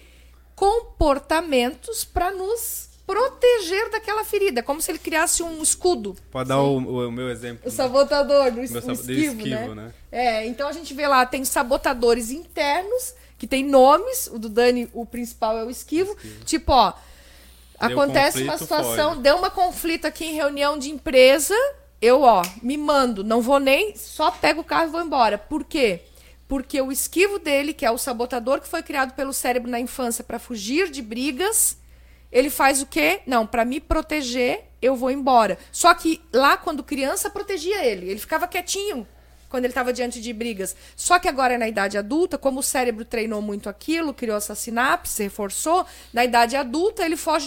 Comportamentos para nos proteger daquela ferida, como se ele criasse um escudo. Pode dar o meu exemplo. O sabotador, o esquivo, né? Então a gente vê lá, tem sabotadores internos, que tem nomes, o do Dani, o principal é o esquivo. Tipo, ó, acontece uma situação, deu uma conflito aqui em reunião de empresa, eu, me mando, não vou nem, só pego o carro e vou embora. Por quê? Porque o esquivo dele, que é o sabotador que foi criado pelo cérebro na infância para fugir de brigas, ele faz o quê? Não, para me proteger, eu vou embora. Só que lá, quando criança, protegia ele ficava quietinho quando ele estava diante de brigas. Só que agora, na idade adulta, como o cérebro treinou muito aquilo, criou essa sinapse, reforçou, na idade adulta, ele fugia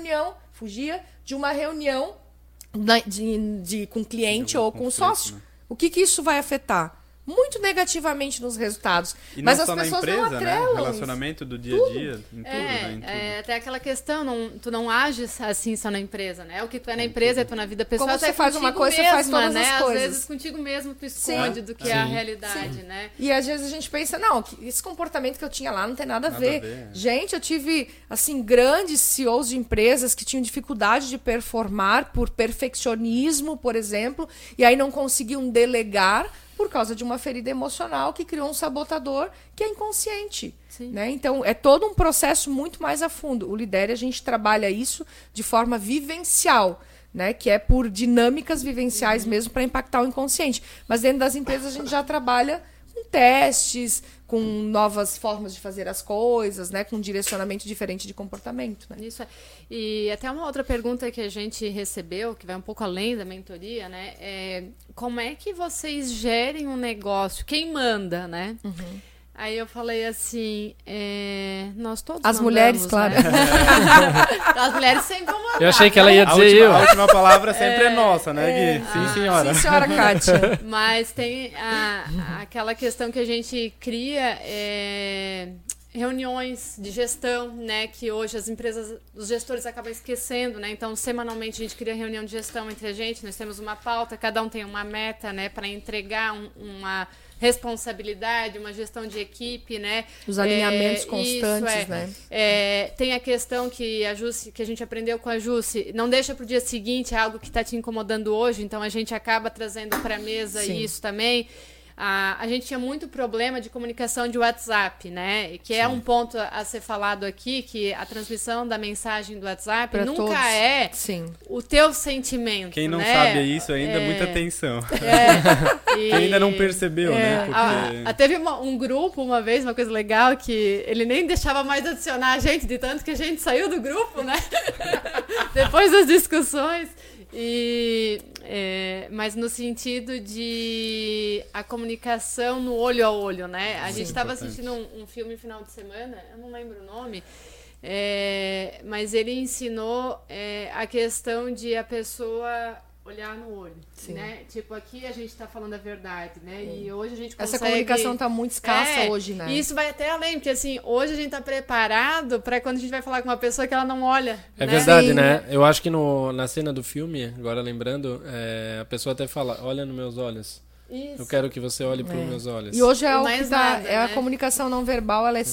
de uma reunião com cliente ou com sócio. Né? O que isso vai afetar? Muito negativamente nos resultados. E mas não as só pessoas na empresa, não atrelam, né? Relacionamento do dia a dia, em tudo, né? Em tudo. Até aquela questão, tu não ages assim só na empresa, né? O que tu é na empresa, é tu na vida pessoal. Como você faz uma coisa, você faz todas as coisas. Às vezes contigo mesmo tu esconde do que é a realidade, né? E às vezes a gente pensa, não, esse comportamento que eu tinha lá não tem nada a ver. Gente, eu tive, assim, grandes CEOs de empresas que tinham dificuldade de performar por perfeccionismo, por exemplo, e aí não conseguiam delegar por causa de uma ferida emocional que criou um sabotador que é inconsciente. Né? Então, é todo um processo muito mais a fundo. O Lidere, a gente trabalha isso de forma vivencial, né? Que é por dinâmicas vivenciais mesmo para impactar o inconsciente. Mas dentro das empresas a gente já trabalha com testes, com novas formas de fazer as coisas, né? Com um direcionamento diferente de comportamento. Né? Isso é. E até uma outra pergunta que a gente recebeu, que vai um pouco além da mentoria, né? Como é que vocês gerem um negócio? Quem manda, né? Uhum. Aí eu falei assim, nós todos as mandamos, mulheres, claro. Né? As mulheres sempre vão mandar. Eu achei que ela ia dizer a última palavra sempre é nossa, né, Gui? Sim, senhora. Sim, senhora Kátia. Mas tem aquela questão que a gente cria, reuniões de gestão, né, que hoje as empresas, os gestores acabam esquecendo, né? Então, semanalmente a gente cria reunião de gestão entre a gente, nós temos uma pauta, cada um tem uma meta, né, para entregar uma responsabilidade, uma gestão de equipe, né? Os alinhamentos constantes, né? Tem a questão que a gente aprendeu com a Jussi, não deixa para o dia seguinte algo que está te incomodando hoje, então a gente acaba trazendo para a mesa isso também. A gente tinha muito problema de comunicação de WhatsApp, né? Que é um ponto a ser falado aqui, que a transmissão da mensagem do WhatsApp Pra nunca todos. é Sim. o teu sentimento, Quem não né? sabe isso ainda, muita atenção. E- Quem ainda não percebeu, né? Porque... Teve um grupo uma vez, uma coisa legal, que ele nem deixava mais adicionar a gente, de tanto que a gente saiu do grupo, né? Depois das discussões. Mas no sentido de a comunicação no olho a olho, né? A gente estava assistindo um filme no final de semana, eu não lembro o nome, mas ele ensinou a questão de a pessoa olhar no olho, né? Tipo, aqui a gente está falando a verdade, né? E hoje a gente consegue... Essa comunicação está muito escassa hoje, né? E isso vai até além, porque assim, hoje a gente está preparado para quando a gente vai falar com uma pessoa que ela não olha. É né? verdade, Sim. né? Eu acho que na cena do filme, agora lembrando, a pessoa até fala, olha nos meus olhos. Isso. Eu quero que você olhe para os meus olhos. E hoje E é o mais que dá, nada, a né? comunicação não verbal, ela é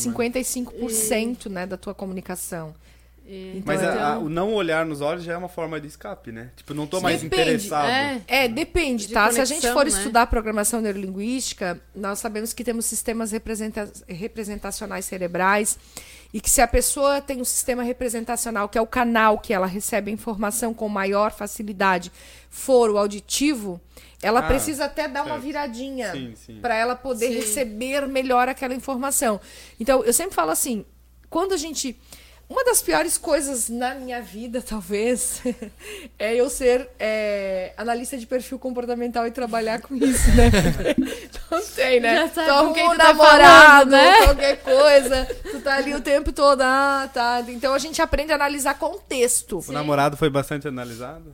55%, né, da tua comunicação. Então, Mas o não olhar nos olhos já é uma forma de escape, né? Tipo, não tô mais Depende, interessado. Depende, De tá? Se a gente conexão, for né? estudar programação neurolinguística, nós sabemos que temos sistemas representacionais cerebrais e que se a pessoa tem um sistema representacional, que é o canal que ela recebe a informação com maior facilidade, for o auditivo, ela precisa até dar uma certo. viradinha Sim. para ela poder Sim. receber melhor aquela informação. Então, eu sempre falo assim, quando a gente... Uma das piores coisas na minha vida, talvez, é eu ser analista de perfil comportamental e trabalhar com isso, né? Não sei, né? Já sabe Tu com arruma quem um tu tá namorado, falando, né? qualquer coisa, tu tá ali o tempo todo, tá. Então a gente aprende a analisar contexto. O namorado foi bastante analisado.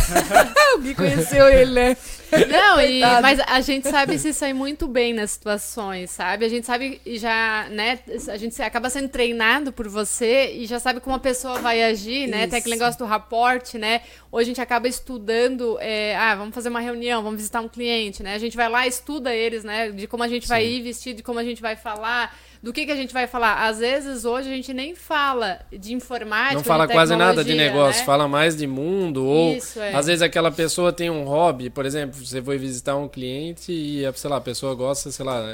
O Gui conheceu ele, né? Não, Coitado. mas a gente sabe se sair muito bem nas situações, sabe? A gente sabe e já, né? A gente acaba sendo treinado por você e já sabe como a pessoa vai agir, né? Tem aquele Isso. negócio do raporte, né? Hoje a gente acaba estudando, vamos fazer uma reunião, vamos visitar um cliente, né? A gente vai lá e estuda eles, né? De como a gente vai ir vestido, de como a gente vai falar, do que a gente vai falar. Às vezes, hoje, a gente nem fala de informática, Não fala de quase nada de tecnologia, negócio, né? fala mais de mundo. Ou Isso, às vezes aquela pessoa tem um hobby, por exemplo, você foi visitar um cliente e, sei lá, a pessoa gosta, sei lá,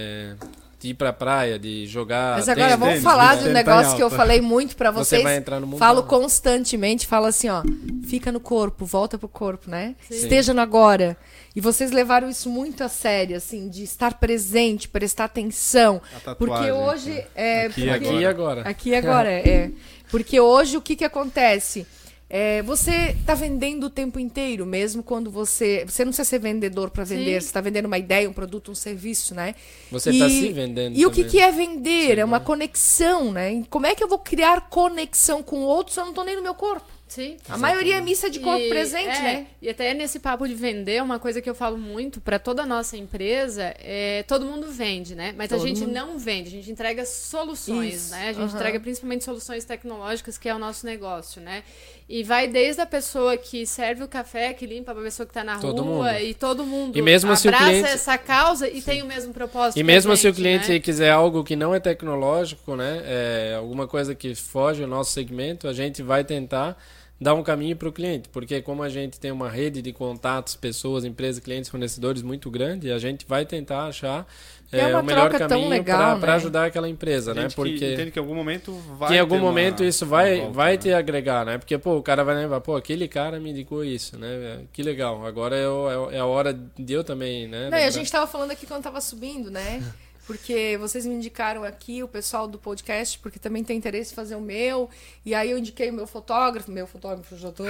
de ir pra praia, de jogar. Mas agora vamos tênis, falar né? de um negócio que eu falei muito pra Você vocês. vai entrar no mundo. Falo constantemente, falo assim, ó, fica no corpo, volta pro corpo, né? Sim. Esteja no agora. E vocês levaram isso muito a sério, assim, de estar presente, prestar atenção. A tatuagem, Porque hoje Aqui e Aqui e agora. Aqui e agora, Porque hoje o que acontece? Você está vendendo o tempo inteiro, mesmo quando você não precisa ser vendedor para vender, Sim. você está vendendo uma ideia, um produto, um serviço, né? Você está se vendendo. E o que também. é vender? É uma conexão, né? E como é que eu vou criar conexão com o outro se eu não estou nem no meu corpo? Sim. A maioria é missa de corpo presente, né? E até nesse papo de vender, uma coisa que eu falo muito para toda a nossa empresa todo mundo vende, né? Mas Todo a gente mundo. não vende, a gente entrega soluções, Isso, né? A gente aham. entrega principalmente soluções tecnológicas, que é o nosso negócio, né? E vai desde a pessoa que serve o café, que limpa, pra pessoa que tá na Todo rua, mundo. e todo mundo E mesmo se o abraça cliente- essa causa e tem o mesmo propósito. E que mesmo a se o gente, cliente né? quiser algo que não é tecnológico, né? Alguma coisa que foge ao nosso segmento, a gente vai tentar dar um caminho para o cliente, porque como a gente tem uma rede de contatos, pessoas, empresas, clientes, fornecedores muito grande, a gente vai tentar achar É uma o melhor troca tão caminho legal, para né? ajudar aquela empresa, né? Gente Porque que entende que em algum momento vai que em algum ter uma- momento isso uma vai volta, vai né? te agregar, né? Porque pô, o cara vai lembrar, pô, aquele cara me indicou isso, né? Que legal. Agora é a hora de eu também, né? Não, e a lembrar. gente estava falando aqui quando estava subindo, né? Porque vocês me indicaram aqui, o pessoal do podcast, porque também tem interesse em fazer o meu. E aí eu indiquei o meu fotógrafo já tô...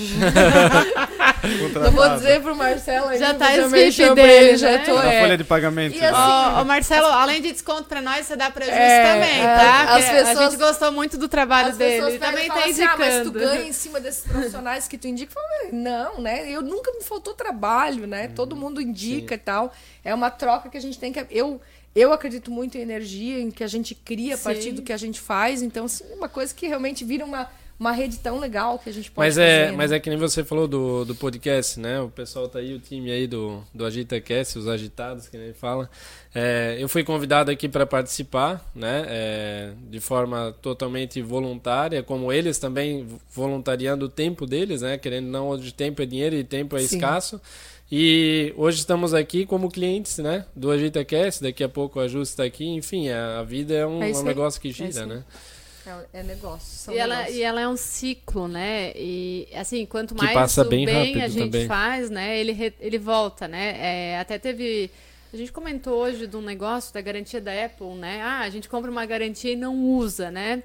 Não vou dizer pro Marcelo ainda, Já tá fazer o escrito merchan pra dele, ele, já né? tô... Na folha de pagamento. E né? assim, Ô, Marcelo, além de desconto pra nós, você dá prejuízo É, também, é, tá? as Porque pessoas- a gente gostou muito do trabalho As dele. pessoas Ele também falam tá assim, mas tu indicando. ganha em cima desses profissionais que tu indica. Eu falo, não, né? Eu nunca me faltou trabalho, né? Todo mundo indica e tal. É uma troca que a gente tem que... Eu acredito muito em energia, em que a gente cria a partir Sim. do que a gente faz. Então, assim, é uma coisa que realmente vira uma uma rede tão legal que a gente pode fazer. Né? Mas é que nem você falou do podcast, né? O pessoal tá aí, o time aí do AgitaCast, os agitados, que nem fala. Eu fui convidado aqui para participar, né? De forma totalmente voluntária, como eles também voluntariando o tempo deles, né? Querendo não, hoje tempo é dinheiro e tempo é escasso. E hoje estamos aqui como clientes, né, do AgitaCast, daqui a pouco a Ju está aqui, enfim, a vida é um negócio que gira, né? É negócio. E ela é um ciclo, né? E assim, quanto mais passa o bem bem rápido a gente também. faz, né? Ele volta, né? Até teve... A gente comentou hoje de um negócio da garantia da Apple, né? A gente compra uma garantia e não usa, né?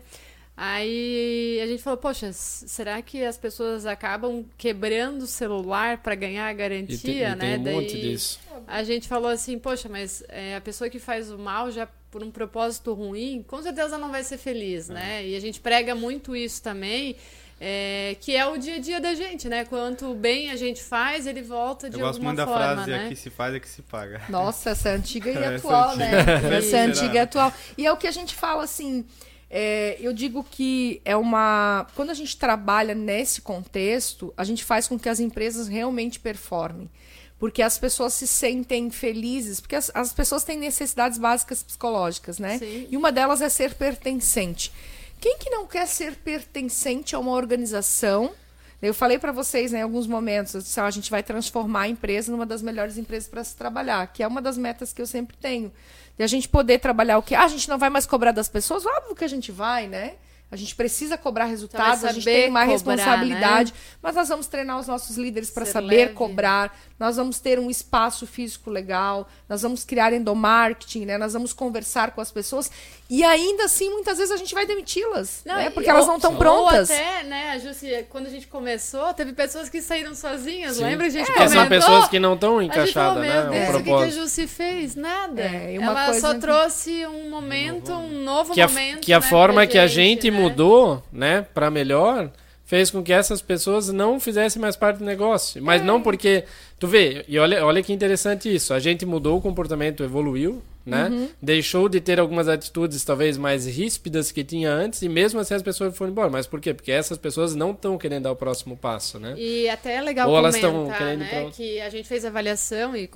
Aí a gente falou, poxa, será que as pessoas acabam quebrando o celular para ganhar a garantia, né? Tem um monte disso. A gente falou assim, poxa, mas a pessoa que faz o mal já por um propósito ruim, com certeza não vai ser feliz, né? E a gente prega muito isso também, que é o dia a dia da gente, né? Quanto bem a gente faz, ele volta de alguma forma, né? Eu gosto muito da frase, aqui se faz é que se paga. Nossa, essa é antiga e atual, né? Essa é antiga e atual. E é o que a gente fala assim... eu digo que quando a gente trabalha nesse contexto, a gente faz com que as empresas realmente performem. Porque as pessoas se sentem felizes, porque as pessoas têm necessidades básicas psicológicas, né? Sim. E uma delas é ser pertencente. Quem que não quer ser pertencente a uma organização? Eu falei para vocês, né, em alguns momentos, a gente vai transformar a empresa numa das melhores empresas para se trabalhar, que é uma das metas que eu sempre tenho. E a gente poder trabalhar o quê? A gente não vai mais cobrar das pessoas? Óbvio que a gente vai, né? A gente precisa cobrar resultados, a gente tem uma responsabilidade, né? Mas nós vamos treinar os nossos líderes para saber leve. Cobrar, nós vamos ter um espaço físico legal, nós vamos criar endomarketing, né? Nós vamos conversar com as pessoas e ainda assim, muitas vezes a gente vai demiti-las, né? Porque elas não estão prontas. Ou até, né, a Jussi, quando a gente começou, teve pessoas que saíram sozinhas, Sim. lembra? A gente comentou. São pessoas que não estão encaixadas, né? Meu Deus, o que a Jussi fez? Nada. Ela só trouxe um momento, um novo momento. Que a forma que a gente né? mudou, né, para melhor, fez com que essas pessoas não fizessem mais parte do negócio. Mas não porque... Tu vê, e olha que interessante isso. A gente mudou o comportamento, evoluiu, né? Deixou de ter algumas atitudes talvez mais ríspidas que tinha antes e mesmo assim as pessoas foram embora. Mas por quê? Porque essas pessoas não estão querendo dar o próximo passo, né? E até é legal ou comentar, elas estão querendo né, que a gente fez avaliação e...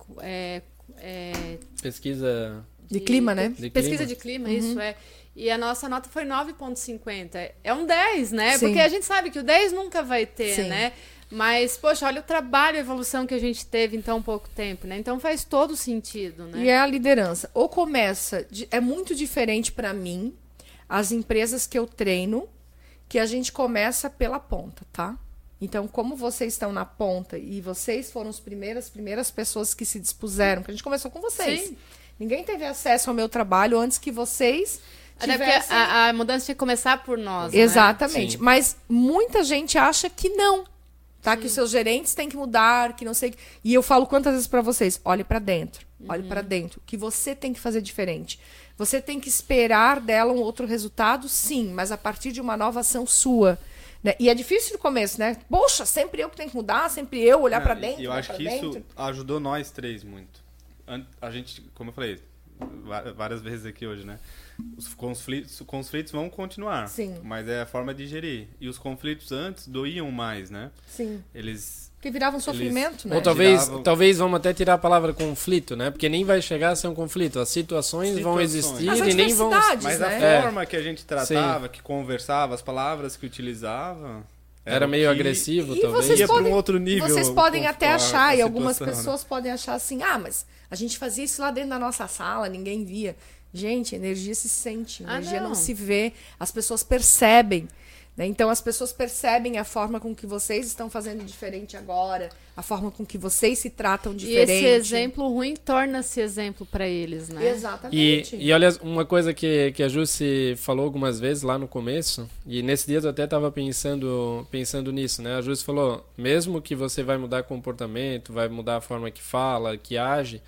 pesquisa... De clima, né? Pesquisa de clima, isso é. E a nossa nota foi 9,50. É um 10, né? Sim. Porque a gente sabe que o 10 nunca vai ter, Sim. né? Mas, poxa, olha o trabalho e a evolução que a gente teve em tão pouco tempo, né? Então faz todo sentido, né? E é a liderança. Ou começa... É muito diferente para mim, as empresas que eu treino, que a gente começa pela ponta, tá? Então, como vocês estão na ponta e vocês foram as primeiras pessoas que se dispuseram, que a gente começou com vocês. Sim. Ninguém teve acesso ao meu trabalho antes que vocês tivessem... Até porque a mudança tinha que começar por nós, Exatamente. Né? Mas muita gente acha que não. Tá? Que os seus gerentes têm que mudar, que não sei... E eu falo quantas vezes para vocês, olhe para dentro. Olhe para dentro. Que você tem que fazer diferente. Você tem que esperar dela um outro resultado, sim. Mas a partir de uma nova ação sua. Né? E é difícil no começo, né? Poxa, sempre eu que tenho que mudar, sempre eu olhar para dentro. E eu acho que isso ajudou nós três muito. A gente, como eu falei várias vezes aqui hoje, né? Os conflitos vão continuar. Sim. Mas é a forma de gerir. E os conflitos antes doíam mais, né? Sim. Eles... Porque virava um sofrimento, né? Ou talvez vamos até tirar a palavra conflito, né? Porque nem vai chegar a ser um conflito. As situações vão existir e nem vão... Mas né? a forma que a gente tratava, que conversava, as palavras que utilizava... Era meio agressivo, e talvez. Ia para um outro nível. Vocês podem até achar, e algumas situação, pessoas podem achar assim, mas a gente fazia isso lá dentro da nossa sala, ninguém via. Gente, energia se sente, energia não se vê, as pessoas percebem. Né? Então, as pessoas percebem a forma com que vocês estão fazendo diferente agora, a forma com que vocês se tratam diferente. E esse exemplo ruim torna-se exemplo para eles, né? Exatamente. E olha, uma coisa que a Jussi falou algumas vezes lá no começo, e nesse dia eu até estava pensando nisso, né? A Jussi falou, mesmo que você vai mudar comportamento, vai mudar a forma que fala, que age,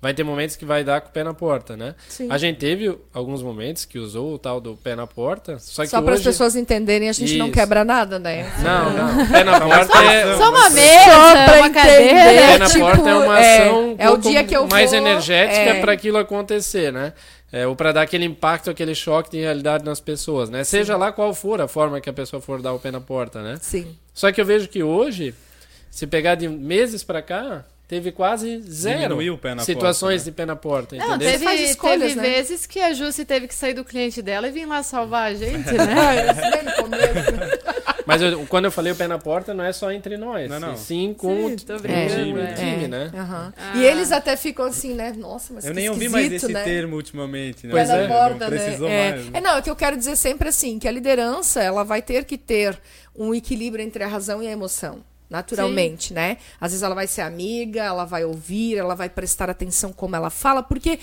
vai ter momentos que vai dar com o pé na porta, né? Sim. A gente teve alguns momentos que usou o tal do pé na porta, só para hoje... as pessoas entenderem, a gente não Isso. quebra nada, né? Não. Pé na porta é... Só uma Só mesa, pra uma cadeira. Pé na tipo, porta é uma ação é o dia que eu mais vou, energética para aquilo acontecer, né? Ou para dar aquele impacto, aquele choque de realidade nas pessoas, né? Seja lá qual for a forma que a pessoa for dar o pé na porta, né? Sim. Só que eu vejo que hoje, se pegar de meses para cá, teve quase zero Diminuiu o pé na situações porta, né? de pé na porta, Não, entendeu? Você faz escolhas, teve né? vezes que a Jussi teve que sair do cliente dela e vir lá salvar a gente, né? Isso bem no começo. Mas quando eu falei o pé na porta, não é só entre nós. Não. E sim com Sim, tô o brincando, time, né? Aham. E eles até ficam assim, né? Nossa, mas Eu que nem ouvi esquisito, mais esse né? termo ultimamente, né? Pois Pé é. na porta, Não precisou né? mais. Não, é que eu quero dizer sempre assim, que a liderança, ela vai ter que ter um equilíbrio entre a razão e a emoção. Naturalmente, né? Às vezes ela vai ser amiga, ela vai ouvir, ela vai prestar atenção como ela fala, porque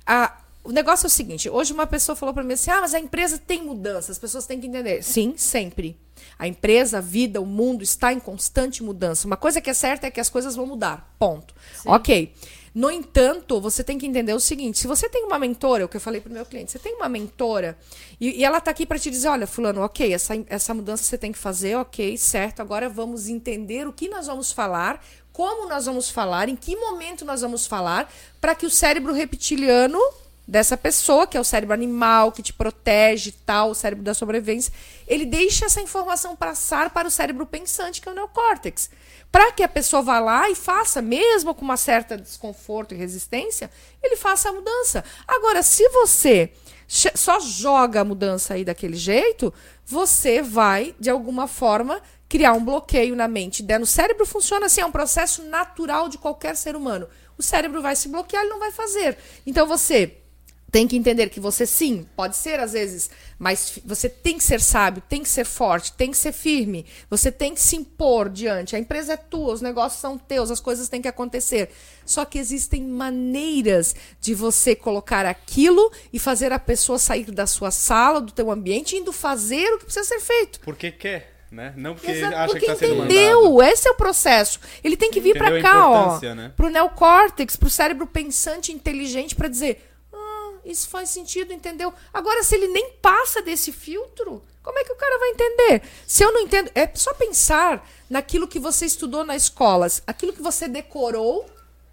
o negócio é o seguinte, hoje uma pessoa falou para mim assim, mas a empresa tem mudança, as pessoas têm que entender. Sim, sempre. A empresa, a vida, o mundo está em constante mudança. Uma coisa que é certa é que as coisas vão mudar, ponto. Sim. Ok. No entanto, você tem que entender o seguinte, se você tem uma mentora, é o que eu falei pro meu cliente, você tem uma mentora e ela tá aqui para te dizer, olha, fulano, ok, essa mudança você tem que fazer, ok, certo, agora vamos entender o que nós vamos falar, como nós vamos falar, em que momento nós vamos falar, para que o cérebro reptiliano dessa pessoa, que é o cérebro animal, que te protege e tal, o cérebro da sobrevivência, ele deixa essa informação passar para o cérebro pensante, que é o neocórtex. Para que a pessoa vá lá e faça, mesmo com uma certa desconforto e resistência, ele faça a mudança. Agora, se você só joga a mudança aí daquele jeito, você vai, de alguma forma, criar um bloqueio na mente. No cérebro funciona assim, é um processo natural de qualquer ser humano. O cérebro vai se bloquear, ele não vai fazer. Então, você tem que entender que você, sim, pode ser às vezes, mas você tem que ser sábio, tem que ser forte, tem que ser firme, você tem que se impor diante. A empresa é tua, os negócios são teus, as coisas têm que acontecer. Só que existem maneiras de você colocar aquilo e fazer a pessoa sair da sua sala, do teu ambiente, indo fazer o que precisa ser feito. Porque quer, né? Não porque Exato, acha porque que está sendo entendeu, mandado. esse é o processo. Ele tem que vir Entendeu para a cá, ó, importância, né? pro neocórtex, pro cérebro pensante, inteligente, para dizer... isso faz sentido, entendeu? Agora, se ele nem passa desse filtro, como é que o cara vai entender? Se eu não entendo, é só pensar naquilo que você estudou na escola, aquilo que você decorou,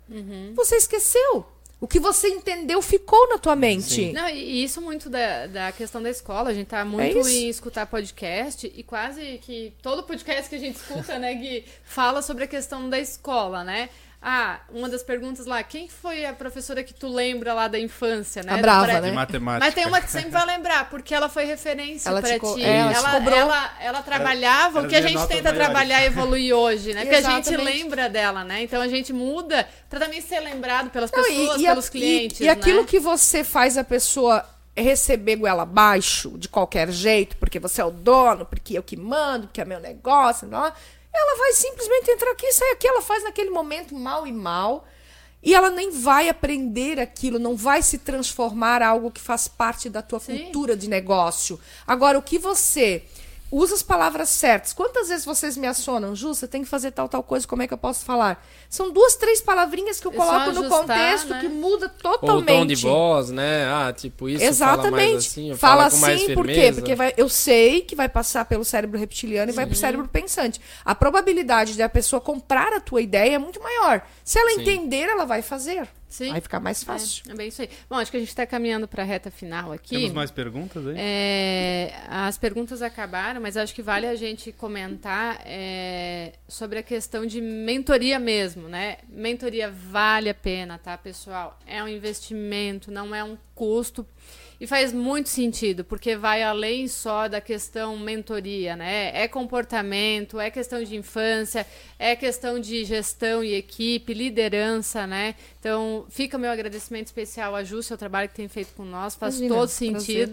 você esqueceu. O que você entendeu ficou na tua mente. Sim. Não, e isso muito da questão da escola. A gente tá muito isso. em escutar podcast e quase que todo podcast que a gente escuta, né, Gui, fala sobre a questão da escola, né? Uma das perguntas lá, quem foi a professora que tu lembra lá da infância, né? A brava, Pra- né? De matemática. Mas tem uma que sempre vai lembrar, porque ela foi referência Ela pra te co- ti. ela te cobrou. Ela trabalhava Era o que a as gente minhas tenta notas maiores. trabalhar e evoluir hoje, né? Porque a gente Exatamente. lembra dela, né? Então a gente muda pra também ser lembrado pelas Não, pessoas, pelos clientes, e aquilo né? que você faz a pessoa receber goela abaixo, de qualquer jeito, porque você é o dono, porque eu que mando, porque é meu negócio, não, ela vai simplesmente entrar aqui, sair aqui, ela faz naquele momento mal e mal, e ela nem vai aprender aquilo, não vai se transformar algo que faz parte da tua Sim. cultura de negócio. Agora, o que você usa as palavras certas. Quantas vezes vocês me acionam? Ju, você tem que fazer tal coisa, como é que eu posso falar? São 2, 3 palavrinhas que eu É só coloco no ajustar, contexto, né? que muda Ou o totalmente. tom de voz, né? Tipo, isso Exatamente. fala mais assim, eu Fala falo com mais assim, por quê? firmeza. Porque eu sei que vai passar pelo cérebro reptiliano e vai pro cérebro pensante. A probabilidade de a pessoa comprar a tua ideia é muito maior. Se ela Sim. entender, ela vai fazer. Sim. Vai ficar mais fácil. É bem isso aí. Bom, acho que a gente está caminhando para a reta final aqui. Temos mais perguntas aí? As perguntas acabaram, mas acho que vale a gente comentar sobre a questão de mentoria mesmo, né? Mentoria vale a pena, tá, pessoal? É um investimento, não é um custo. E faz muito sentido, porque vai além só da questão mentoria, né? É comportamento, é questão de infância, é questão de gestão e equipe, liderança, né? Então, fica meu agradecimento especial a Ju, seu trabalho que tem feito com nós, faz Imagina, todo sentido.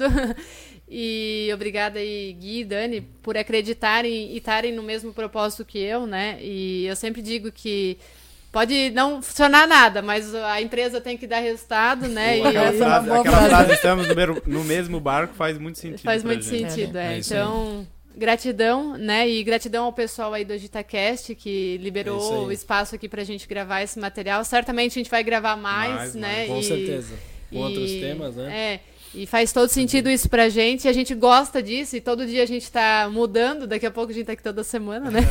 E obrigada aí, Gui e Dani, por acreditarem e estarem no mesmo propósito que eu, né? E eu sempre digo que pode não funcionar nada, mas a empresa tem que dar resultado, né? Aquela essa é uma frase, boa aquela frase. frase, estamos no mesmo barco, faz muito sentido. Faz pra muito gente. sentido, É isso aí. Então, gratidão, né? E gratidão ao pessoal aí do Agitacast que liberou o espaço aqui pra gente gravar esse material. Certamente a gente vai gravar mais, né? Com certeza. Com outros temas, né? E faz todo sentido isso pra gente, e a gente gosta disso, e todo dia a gente tá mudando, daqui a pouco a gente tá aqui toda semana, né?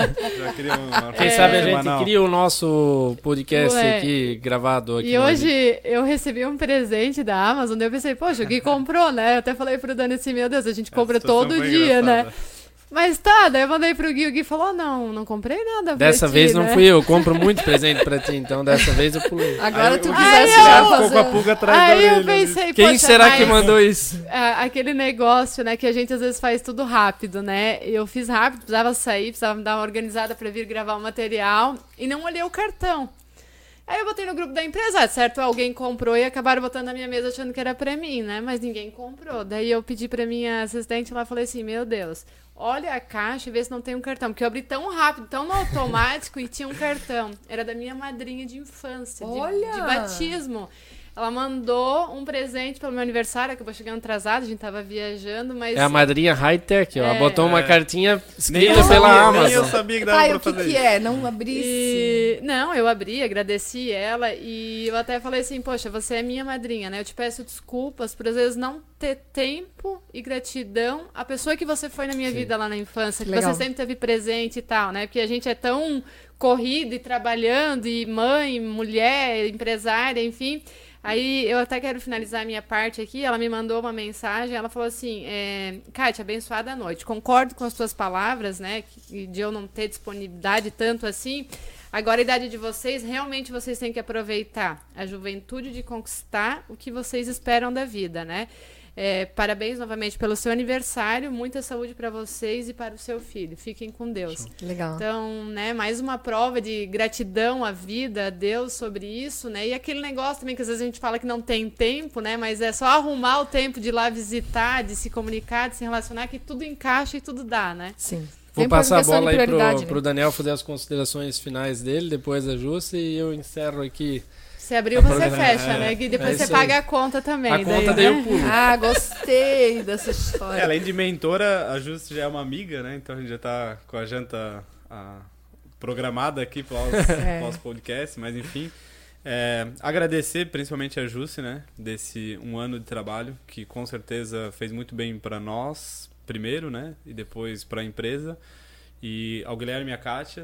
Já queria Quem sabe a gente cria o nosso podcast aqui, gravado aqui. E hoje eu recebi um presente da Amazon, daí eu pensei, poxa, o Gui comprou, né? Eu até falei pro Dani assim, meu Deus, a gente compra todo dia, engraçada, né? Mas tá, daí eu mandei pro Gui, o Gui falou, não comprei nada pra dessa ti, vez né? não fui eu compro muito presente pra ti, então dessa vez eu pulei. Agora tu quisesse ficou com a pulga atrás da orelha. Aí eu pensei, quem será que mandou isso? Aquele negócio, né, que a gente às vezes faz tudo rápido, né? Eu fiz rápido, precisava sair, precisava me dar uma organizada pra vir gravar o material e não olhei o cartão. Aí eu botei no grupo da empresa, certo? Alguém comprou e acabaram botando na minha mesa achando que era pra mim, né? Mas ninguém comprou. Daí eu pedi pra minha assistente lá, falei assim, meu Deus, olha a caixa e vê se não tem um cartão. Porque eu abri tão rápido, tão no automático e tinha um cartão. Era da minha madrinha de infância, de batismo. Ela mandou um presente pelo meu aniversário, que eu vou chegando atrasada, a gente tava viajando, mas... É a madrinha high-tech, ó. Botou uma cartinha escrita pela Amazon. Nem eu sabia que dava pra fazer isso. É? Não abrisse? Não, eu abri, agradeci ela e eu até falei assim, poxa, você é minha madrinha, né? Eu te peço desculpas por às vezes não ter tempo e gratidão à pessoa que você foi na minha vida lá na infância, que você sempre teve presente e tal, né? Porque a gente é tão corrido e trabalhando, e mãe, mulher, empresária, enfim... Aí eu até quero finalizar a minha parte aqui. Ela me mandou uma mensagem. Ela falou assim: Kátia, abençoada noite. Concordo com as suas palavras, né? De eu não ter disponibilidade tanto assim. Agora, a idade de vocês, realmente vocês têm que aproveitar a juventude de conquistar o que vocês esperam da vida, né? Parabéns novamente pelo seu aniversário, muita saúde para vocês e para o seu filho. Fiquem com Deus. Legal. Então, né, mais uma prova de gratidão à vida, a Deus sobre isso, né? E aquele negócio também que às vezes a gente fala que não tem tempo, né? Mas é só arrumar o tempo de ir lá visitar, de se comunicar, de se relacionar, que tudo encaixa e tudo dá, né? Sim. Vou passar a bola aí pro Daniel fazer as considerações finais dele, depois a Jussi, e eu encerro aqui. Você abriu, você fecha, né? E depois você paga a conta também. A conta daí eu pulo. Ah, gostei dessa história. Além de mentora, a Justi já é uma amiga, né? Então a gente já tá com a janta programada aqui pós-podcast, mas enfim. Agradecer principalmente a Justi, né? Desse um ano de trabalho, que com certeza fez muito bem para nós, primeiro, né? E depois para a empresa. E ao Guilherme e a Kátia,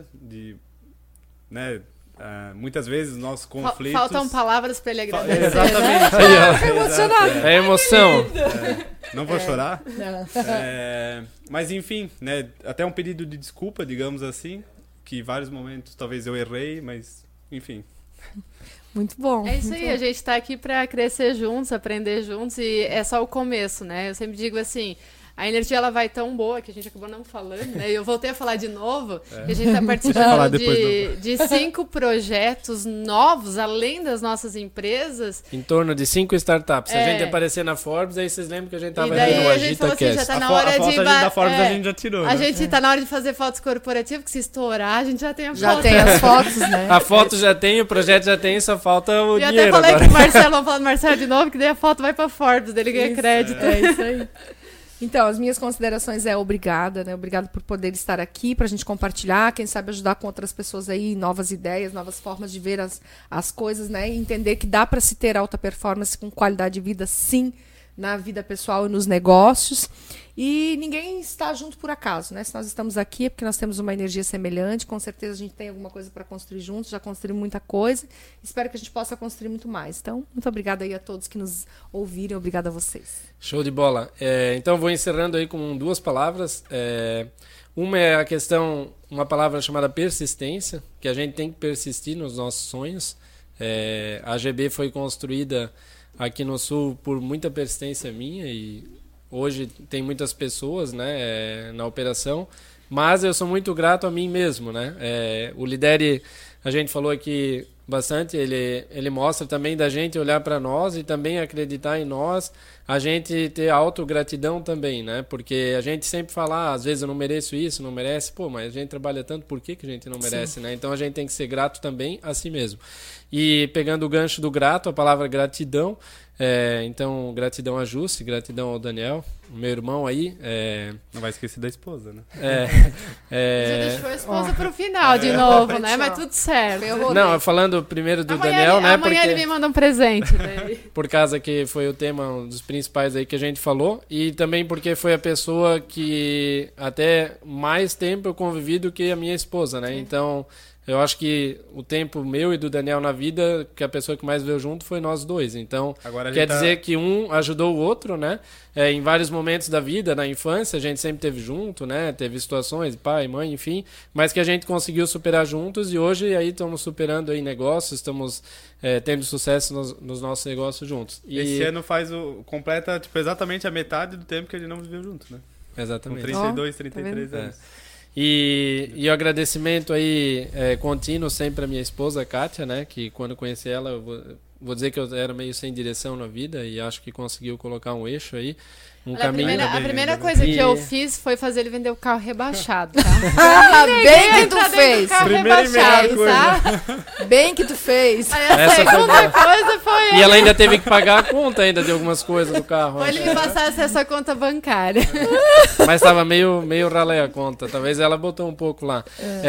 né? Muitas vezes nossos conflitos... Faltam palavras para ele agradecer. Exatamente. Né? É emocionado. É emoção. Não vou chorar. Não. Mas enfim, né? Até um pedido de desculpa, digamos assim, que em vários momentos talvez eu errei, mas enfim. Muito bom. É isso aí, a gente tá aqui para crescer juntos, aprender juntos, e é só o começo, né? Eu sempre digo assim... A energia ela vai tão boa que a gente acabou não falando, né? E eu voltei a falar de novo, que a gente está participando de 5 projetos novos, além das nossas empresas. Em torno de 5 startups. Se a gente aparecer na Forbes, aí vocês lembram que a gente estava aqui no Agitacast. Já tá na hora de da Forbes a gente já tirou. A gente tá na hora de fazer fotos corporativas, que se estourar, a gente já tem a foto. Já tem as fotos, né? A foto já tem, o projeto já tem, só falta o dinheiro. Eu até falei agora. com o Marcelo, vamos falar do Marcelo de novo, que daí a foto vai pra Forbes, dele ganha crédito. É isso aí. Então, as minhas considerações obrigada, né? Obrigado por poder estar aqui, pra gente compartilhar, quem sabe ajudar com outras pessoas aí, novas ideias, novas formas de ver as coisas, né? E entender que dá para se ter alta performance com qualidade de vida, sim, na vida pessoal e nos negócios. E ninguém está junto por acaso, né? Se nós estamos aqui é porque nós temos uma energia semelhante, com certeza a gente tem alguma coisa para construir juntos, já construímos muita coisa, espero que a gente possa construir muito mais. Então, muito obrigada aí a todos que nos ouviram, obrigada a vocês. Show de bola. Então, vou encerrando aí com 2 palavras. Uma é a questão, uma palavra chamada persistência, que a gente tem que persistir nos nossos sonhos. A AGB foi construída aqui no Sul por muita persistência minha e hoje tem muitas pessoas, né, na operação, mas eu sou muito grato a mim mesmo, né? O Lidere a gente falou aqui bastante, ele mostra também da gente olhar para nós e também acreditar em nós, a gente ter autogratidão também, né? Porque a gente sempre fala, às vezes eu não mereço isso, não merece, pô, mas a gente trabalha tanto, por que a gente não merece, né? Então a gente tem que ser grato também a si mesmo. E pegando o gancho do grato, a palavra gratidão, então gratidão a Jussi, gratidão ao Daniel, meu irmão aí. Não vai esquecer da esposa, né? Você deixou a esposa pro final de novo, né? Mas tudo certo. Não, falando primeiro do Daniel, né? Amanhã ele me manda um presente. Daí. Por causa que foi o tema, um dos principais aí que a gente falou. E também porque foi a pessoa que até mais tempo eu convivi do que a minha esposa, né? Então, eu acho que o tempo meu e do Daniel na vida, que a pessoa que mais veio junto foi nós dois. Então, quer dizer que um ajudou o outro, né? Em vários momentos da vida, na infância, a gente sempre teve junto, né? Teve situações, pai, mãe, enfim. Mas que a gente conseguiu superar juntos e hoje aí estamos superando aí negócios, estamos tendo sucesso nos nossos negócios juntos. E esse ano completa tipo, exatamente a metade do tempo que a gente não viveu junto, né? Exatamente. Com 32, 33 anos. E o agradecimento aí contínuo sempre à minha esposa, Kátia, né? Que quando eu conheci ela, eu vou dizer que eu era meio sem direção na vida e acho que conseguiu colocar um eixo aí, caminho. A primeira coisa que eu fiz foi fazer ele vender o carro rebaixado, tá? Bem que tu fez. Primeira e melhor coisa. Tá? Bem que tu fez. Aí a segunda coisa foi... E ela ainda teve que pagar a conta ainda de algumas coisas do carro. Foi ele me passar acesso à conta bancária. Mas estava meio ralé a conta. Talvez ela botou um pouco lá.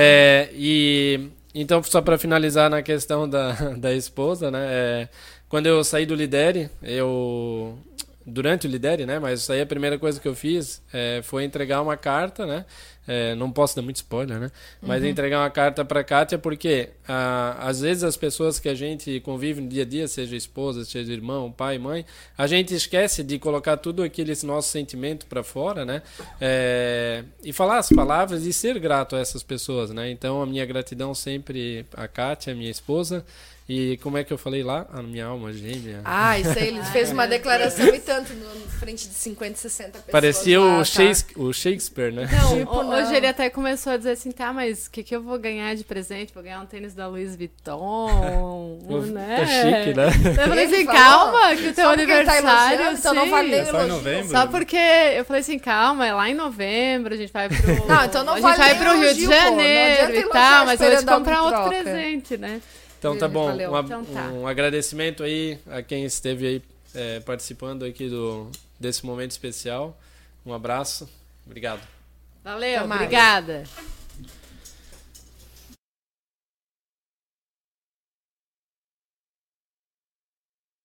Então, só para finalizar na questão da esposa, né? Quando eu saí do Lidere, durante o Lidere, né? Mas isso aí a primeira coisa que eu fiz foi entregar uma carta, né? Não posso dar muito spoiler, né? Mas entregar uma carta para a Kátia, porque às vezes as pessoas que a gente convive no dia a dia, seja esposa, seja irmão, pai, mãe, a gente esquece de colocar tudo aquele nosso sentimento para fora, né? E falar as palavras e ser grato a essas pessoas, né? Então a minha gratidão sempre à Kátia, minha esposa. E como é que eu falei lá? A minha alma gêmea. Isso aí, ele fez uma declaração e tanto na frente de 50, 60 pessoas. Parecia lá, o Shakespeare, né? Não, hoje ele até começou a dizer assim, tá, mas o que eu vou ganhar de presente? Vou ganhar um tênis da Louis Vuitton, né? Tá chique, né? Eu falei assim, calma, que o teu aniversário, tá então não vale nem só em novembro. Só porque eu falei assim, calma, é lá em novembro, a gente vai pro... Não, então não a gente vai pro Rio de Janeiro e tal, mas eu vou te comprar outro troca. presente, né? Então tá bom, Então um agradecimento aí a quem esteve aí participando aqui desse momento especial. Um abraço, obrigado. Valeu, obrigada.